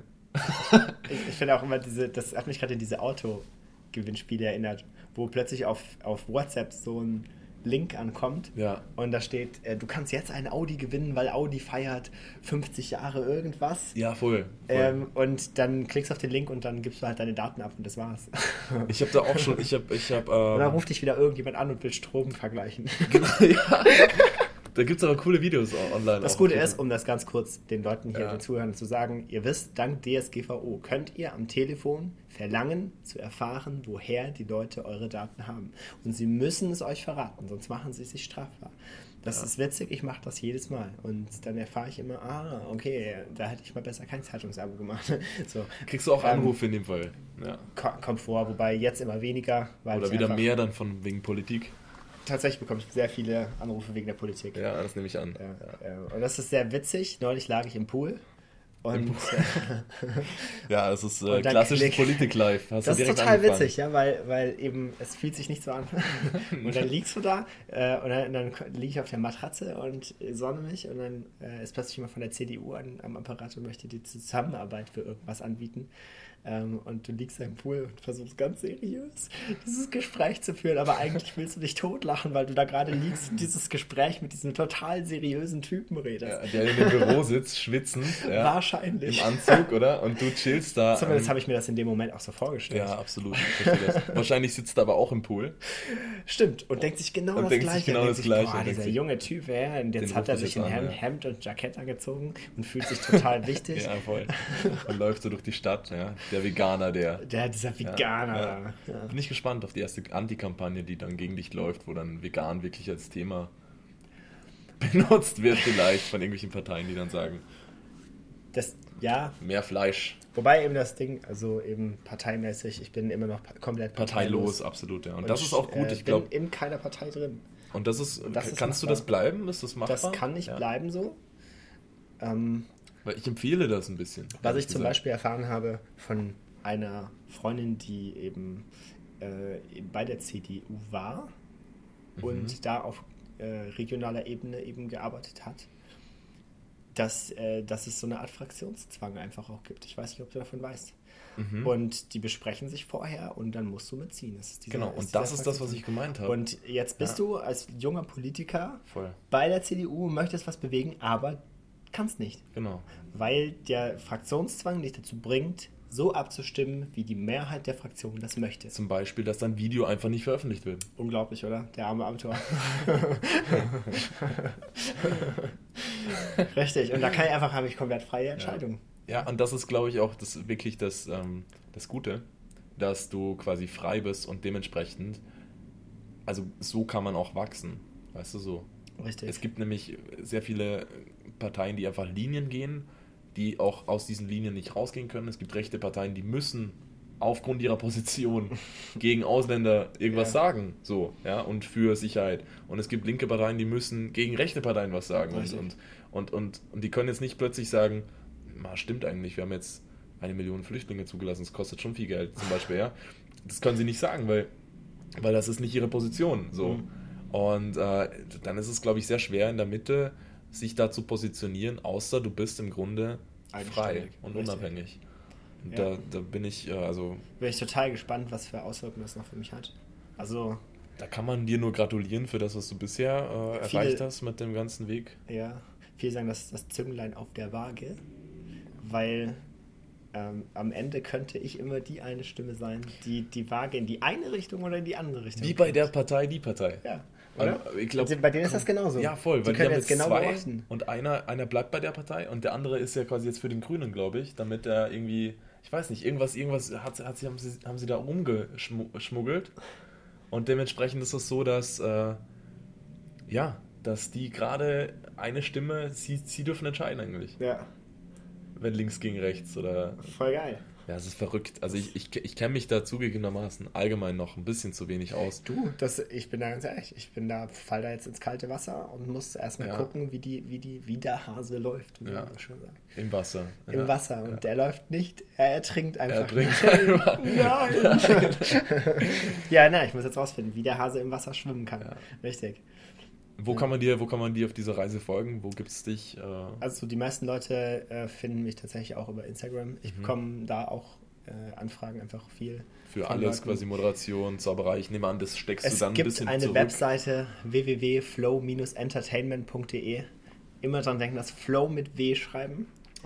Ich finde auch immer das hat mich gerade in diese Autogewinnspiele erinnert, wo plötzlich auf WhatsApp so ein Link ankommt und da steht, du kannst jetzt einen Audi gewinnen, weil Audi feiert 50 Jahre irgendwas. Ja, voll. Und dann klickst du auf den Link und dann gibst du halt deine Daten ab und das war's. Ich habe da auch schon, und dann ruft dich wieder irgendjemand an und will Strom vergleichen. Genau, ja. Da gibt es aber coole Videos online. Das Gute ist, um das ganz kurz den Leuten hier, den Zuhörern zu sagen, ihr wisst, dank DSGVO könnt ihr am Telefon verlangen, zu erfahren, woher die Leute eure Daten haben. Und sie müssen es euch verraten, sonst machen sie sich strafbar. Das ist witzig, ich mache das jedes Mal. Und dann erfahre ich immer, okay, da hätte ich mal besser kein Zeitungsabo gemacht. So. Kriegst du auch Anrufe in dem Fall? Ja. Kommt vor, wobei jetzt immer weniger. Oder wieder mehr dann wegen Politik? Tatsächlich bekomme ich sehr viele Anrufe wegen der Politik. Ja, das nehme ich an. Ja. Und das ist sehr witzig. Neulich lag ich im Pool. Und ja, das ist klassisches Politik-Live. Das ist total witzig, ja, weil eben es fühlt sich nicht so an. Und dann liegst du da und dann liege ich auf der Matratze und sonne mich und dann ist plötzlich jemand von der CDU am Apparat und möchte die Zusammenarbeit für irgendwas anbieten. Und du liegst da im Pool und versuchst ganz seriös dieses Gespräch zu führen, aber eigentlich willst du dich totlachen, weil du da gerade liegst und dieses Gespräch mit diesem total seriösen Typen redest. Ja, der in dem Büro sitzt, schwitzend. Ja, wahrscheinlich. Im Anzug, oder? Und du chillst da. Zumindest habe ich mir das in dem Moment auch so vorgestellt. Ja, absolut. Ich verstehe das. Wahrscheinlich sitzt er aber auch im Pool. Stimmt. Und denkt sich genau das Gleiche. Boah, dieser junge Typ, und jetzt hat er sich ein Hemd und Jackett angezogen und fühlt sich total wichtig. Ja, voll. Und läuft so durch die Stadt, ja. Der Veganer, dieser Veganer. Ja. Bin ich gespannt auf die erste Antikampagne, die dann gegen dich läuft, wo dann vegan wirklich als Thema... benutzt wird vielleicht von irgendwelchen Parteien, die dann sagen, ja. Mehr Fleisch. Wobei eben das Ding, also eben parteimäßig, ich bin immer noch komplett parteilos. Absolut, ja. Und das ist auch gut, ich glaube. Ich bin in keiner Partei drin. Und kannst du das bleiben? Ist das machbar? Das kann nicht bleiben so. Weil ich empfehle das ein bisschen. Was ich zum Beispiel erfahren habe von einer Freundin, die eben bei der CDU war und da auf regionaler Ebene eben gearbeitet hat, dass es so eine Art Fraktionszwang einfach auch gibt. Ich weiß nicht, ob du davon weißt. Und die besprechen sich vorher und dann musst du mitziehen. Das ist das ist das, was ich gemeint habe. Und jetzt bist du als junger Politiker Voll. bei der CDU, möchtest was bewegen, aber kannst nicht. Genau. Weil der Fraktionszwang dich dazu bringt, so abzustimmen, wie die Mehrheit der Fraktion das möchte. Zum Beispiel, dass dein Video einfach nicht veröffentlicht wird. Unglaublich, oder? Der arme Autor. Richtig. Und da habe ich komplett freie Entscheidung. Ja, und das ist, glaube ich, auch wirklich das Gute, dass du quasi frei bist und dementsprechend, also so kann man auch wachsen. Weißt du, so. Richtig. Es gibt nämlich sehr viele Parteien, die einfach Linien gehen, die auch aus diesen Linien nicht rausgehen können. Es gibt rechte Parteien, die müssen aufgrund ihrer Position gegen Ausländer irgendwas sagen, so, ja, und für Sicherheit. Und es gibt linke Parteien, die müssen gegen rechte Parteien was sagen. Und die können jetzt nicht plötzlich sagen, stimmt eigentlich, wir haben jetzt 1 Million Flüchtlinge zugelassen, das kostet schon viel Geld, zum Beispiel, ja. Das können sie nicht sagen, weil das ist nicht ihre Position, so. Und dann ist es, glaube ich, sehr schwer in der Mitte, sich da zu positionieren, außer du bist im Grunde frei und unabhängig. Und da bin ich, bin ich total gespannt, was für Auswirkungen das noch für mich hat. Also... Da kann man dir nur gratulieren für das, was du bisher erreicht hast mit dem ganzen Weg. Ja, viele sagen, das ist das Zünglein auf der Waage, weil am Ende könnte ich immer die eine Stimme sein, die Waage in die eine Richtung oder in die andere Richtung. Wie bei der Partei, die Partei. Ja. Oder? Ich glaub, bei denen ist das genauso. Ja, voll. Die können jetzt genau beobachten. Und einer bleibt bei der Partei und der andere ist ja quasi jetzt für den Grünen, glaube ich, damit er irgendwie, ich weiß nicht, irgendwas haben sie da rumgeschmuggelt. Und dementsprechend ist es so, dass dass die gerade eine Stimme, sie dürfen entscheiden eigentlich. Ja. Wenn links gegen rechts oder... Voll geil. Ja, es ist verrückt. Also ich kenne mich da zugegebenermaßen allgemein noch ein bisschen zu wenig aus. Ich bin da ganz ehrlich, fall da jetzt ins kalte Wasser und muss erstmal gucken, wie der Hase läuft, wie man schon sagt. Im Wasser. Im Wasser. Und der läuft nicht, er ertrinkt einfach. Nein! Ich muss jetzt rausfinden, wie der Hase im Wasser schwimmen kann. Ja. Richtig. Wo kann man dir auf dieser Reise folgen? Wo gibt es dich? Also die meisten Leute finden mich tatsächlich auch über Instagram. Ich bekomme da auch Anfragen einfach viel. Für alles Leuten. Quasi Moderation, Zauberei. Ich nehme an, das steckst du dann ein bisschen zurück. Es gibt eine Webseite www.flow-entertainment.de. Immer dran denken, das Flow mit W schreiben.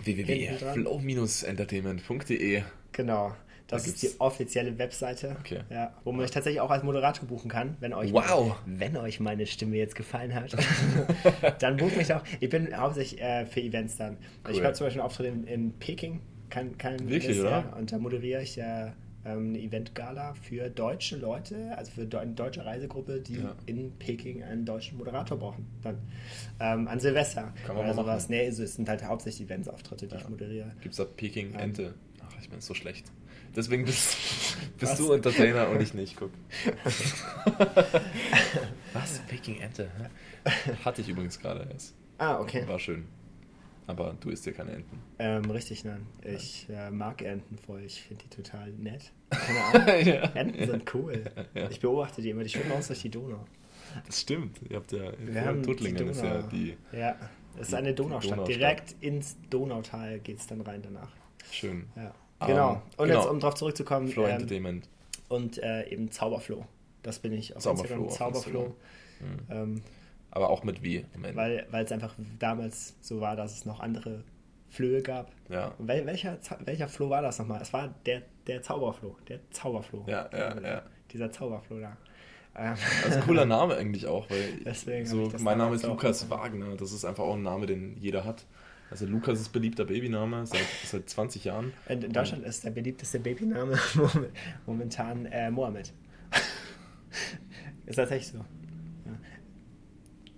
www.flow-entertainment.de. Genau. Das ist die offizielle Webseite, wo man euch tatsächlich auch als Moderator buchen kann, wenn euch meine Stimme jetzt gefallen hat. Dann bucht mich doch. Ich bin hauptsächlich für Events dann. Cool. Ich habe zum Beispiel einen Auftritt in Peking. Wirklich, oder? Und da moderiere ich eine Event-Gala für deutsche Leute, also für eine deutsche Reisegruppe, die in Peking einen deutschen Moderator brauchen. Dann an Silvester. Kann man mal machen. Nee, es sind halt hauptsächlich Events-Auftritte, die ich moderiere. Gibt es da Peking-Ente? Ach, ich bin so schlecht. Deswegen bist du Entertainer und ich nicht, guck. Was? Peking-Ente? Hatte ich übrigens gerade erst. Ah, okay. War schön. Aber du isst ja keine Enten. Richtig, nein. Ich mag Enten voll. Ich finde die total nett. Keine Ahnung. Enten sind cool. Ja. Ich beobachte die immer. Die schwimmen aus durch die Donau. Das stimmt. Ihr habt ja... Tuttlingen ist ja die... Ja, es ist eine Donaustadt. Direkt ins Donautal geht es dann rein danach. Schön. Ja. Genau. Und jetzt, um drauf zurückzukommen... Flow Entertainment. Und eben Zauberflow. Das bin ich auf Instagram. Zauberflow. Aber auch mit W am Ende. Weil es einfach damals so war, dass es noch andere Flöhe gab. Ja. Und welcher Floh war das nochmal? Es war der Zauberfloh. Der Zauberfloh. Ja. Dieser Zauberfloh da. Das ist ein cooler Name eigentlich auch, weil deswegen mein Name ist Lukas Wagner. Das ist einfach auch ein Name, den jeder hat. Also Lukas ist beliebter Babyname seit 20 Jahren. In Deutschland ist der beliebteste Babyname momentan Mohammed. Ist tatsächlich so. Ja.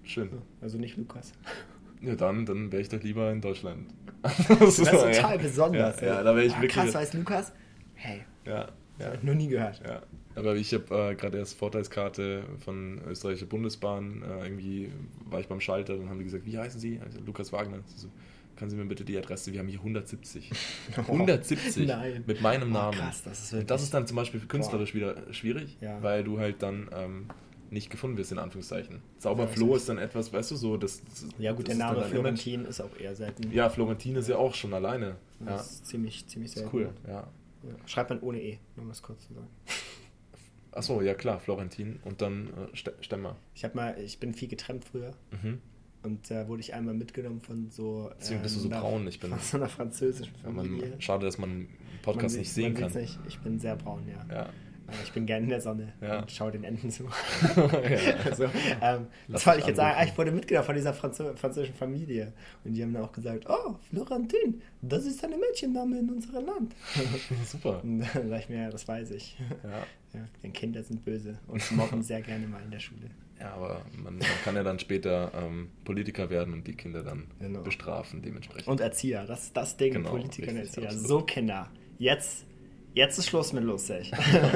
schön. Also nicht Lukas. Ja, dann wäre ich doch lieber in Deutschland. Das ist total besonders. Ja, da wäre ich wirklich... Krass, weißt Lukas? Hey, Ja, das hab ich noch nie gehört. ja. Aber ich habe gerade erst Vorteilskarte von österreichischer Bundesbahn. Irgendwie war ich beim Schalter, dann haben die gesagt, wie heißen Sie? Also, Lukas Wagner. So, können Sie mir bitte die Adresse? Wir haben hier 170. 170 Nein. mit meinem Namen. Krass, das ist Und wirklich... das ist dann zum Beispiel künstlerisch wieder schwierig, Ja. weil du halt dann nicht gefunden wirst, in Anführungszeichen. Ja, Zauberflo das ist dann etwas, weißt du, so, das Ja gut, das der ist dann Name ein Florentin ist auch eher selten. Image. Ja, Florentin ist ja auch schon alleine. Ja, Das ist ziemlich ist selten. cool, ja. Ja. Schreibt man ohne E, nur um das kurz zu sagen. Achso, ja klar, Florentin und dann Stemmer. Ich bin viel getrennt früher Mhm. und wurde ich einmal mitgenommen von so... Deswegen bist du so braun, ich bin... Von so einer französischen Familie. Schade, dass man einen Podcast nicht sehen kann. Nicht. Ich bin sehr braun, ja. Ja. Ich bin gerne in der Sonne Ja. und schaue den Enten zu. Ja. Also, Lass was wollte dich ich jetzt sagen? anrufen. Ich wurde mitgenommen von dieser französischen Familie. Und die haben dann auch gesagt, oh, Florentin, das ist eine Mädchenname in unserem Land. Super. Und dann sag ich mir, ja, das weiß ich. Ja. Ja, denn Kinder sind böse und mobben sehr gerne mal in der Schule. Ja, aber man kann ja dann später Politiker werden und die Kinder dann Genau. bestrafen dementsprechend. Und Erzieher, das ist das Ding, Genau, Politiker und richtig, Erzieher. absolut. So Kinder, jetzt ist Schluss mit lustig.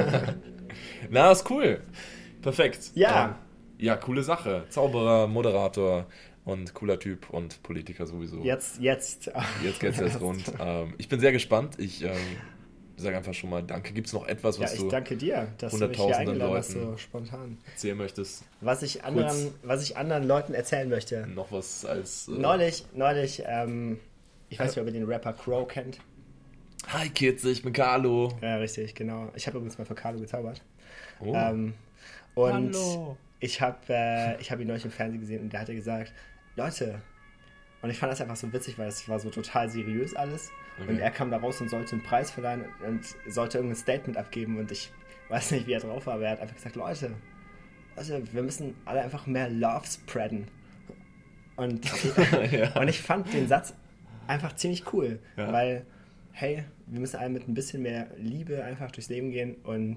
Na, ist cool. Perfekt. Ja. Ja, coole Sache. Zauberer, Moderator und cooler Typ und Politiker sowieso. Jetzt Jetzt geht's jetzt rund. Ich bin sehr gespannt. Ich sage einfach schon mal danke. Gibt es noch etwas, Ja, was ich du danke dir, dass du mich hier hunderttausenden eingeladen hast, Leuten so spontan. erzählen möchtest? Was ich anderen Leuten erzählen möchte. Noch was als... Neulich, ich weiß nicht, ob ihr den Rapper Crow kennt. Hi Kids, ich bin Carlo. Ja, richtig, genau. Ich habe übrigens mal für Carlo gezaubert. Oh. Und Hallo. ich hab ihn neulich im Fernsehen gesehen und der hatte gesagt, Leute, und ich fand das einfach so witzig, weil es war so total seriös alles. Okay. Und er kam da raus und sollte einen Preis verleihen und sollte irgendein Statement abgeben und ich weiß nicht, wie er drauf war, aber er hat einfach gesagt, Leute, wir müssen alle einfach mehr Love spreaden. Und, Ja. und ich fand den Satz einfach ziemlich cool, Ja. weil, hey, wir müssen alle mit ein bisschen mehr Liebe einfach durchs Leben gehen und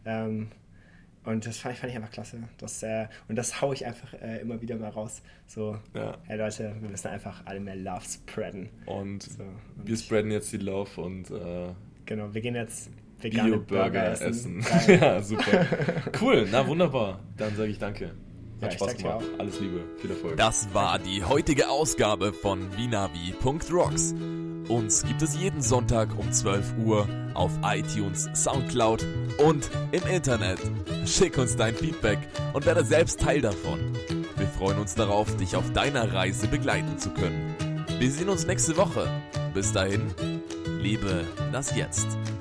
das fand ich einfach klasse. Und das hau ich einfach immer wieder mal raus. So, Ja. hey Leute, wir müssen einfach alle mehr Love spreaden. Und So, und wir spreaden jetzt die Love und Genau, wir gehen jetzt vegane Bio-Burger essen. Geil. Ja, super. Cool, na wunderbar. Dann sage ich danke. Ja, Hat ich Spaß danke dir gemacht. auch. Alles Liebe, viel Erfolg. Das war die heutige Ausgabe von wienavi.rocks. Uns gibt es jeden Sonntag um 12 Uhr auf iTunes, Soundcloud und im Internet. Schick uns dein Feedback und werde selbst Teil davon. Wir freuen uns darauf, dich auf deiner Reise begleiten zu können. Wir sehen uns nächste Woche. Bis dahin, lebe das Jetzt.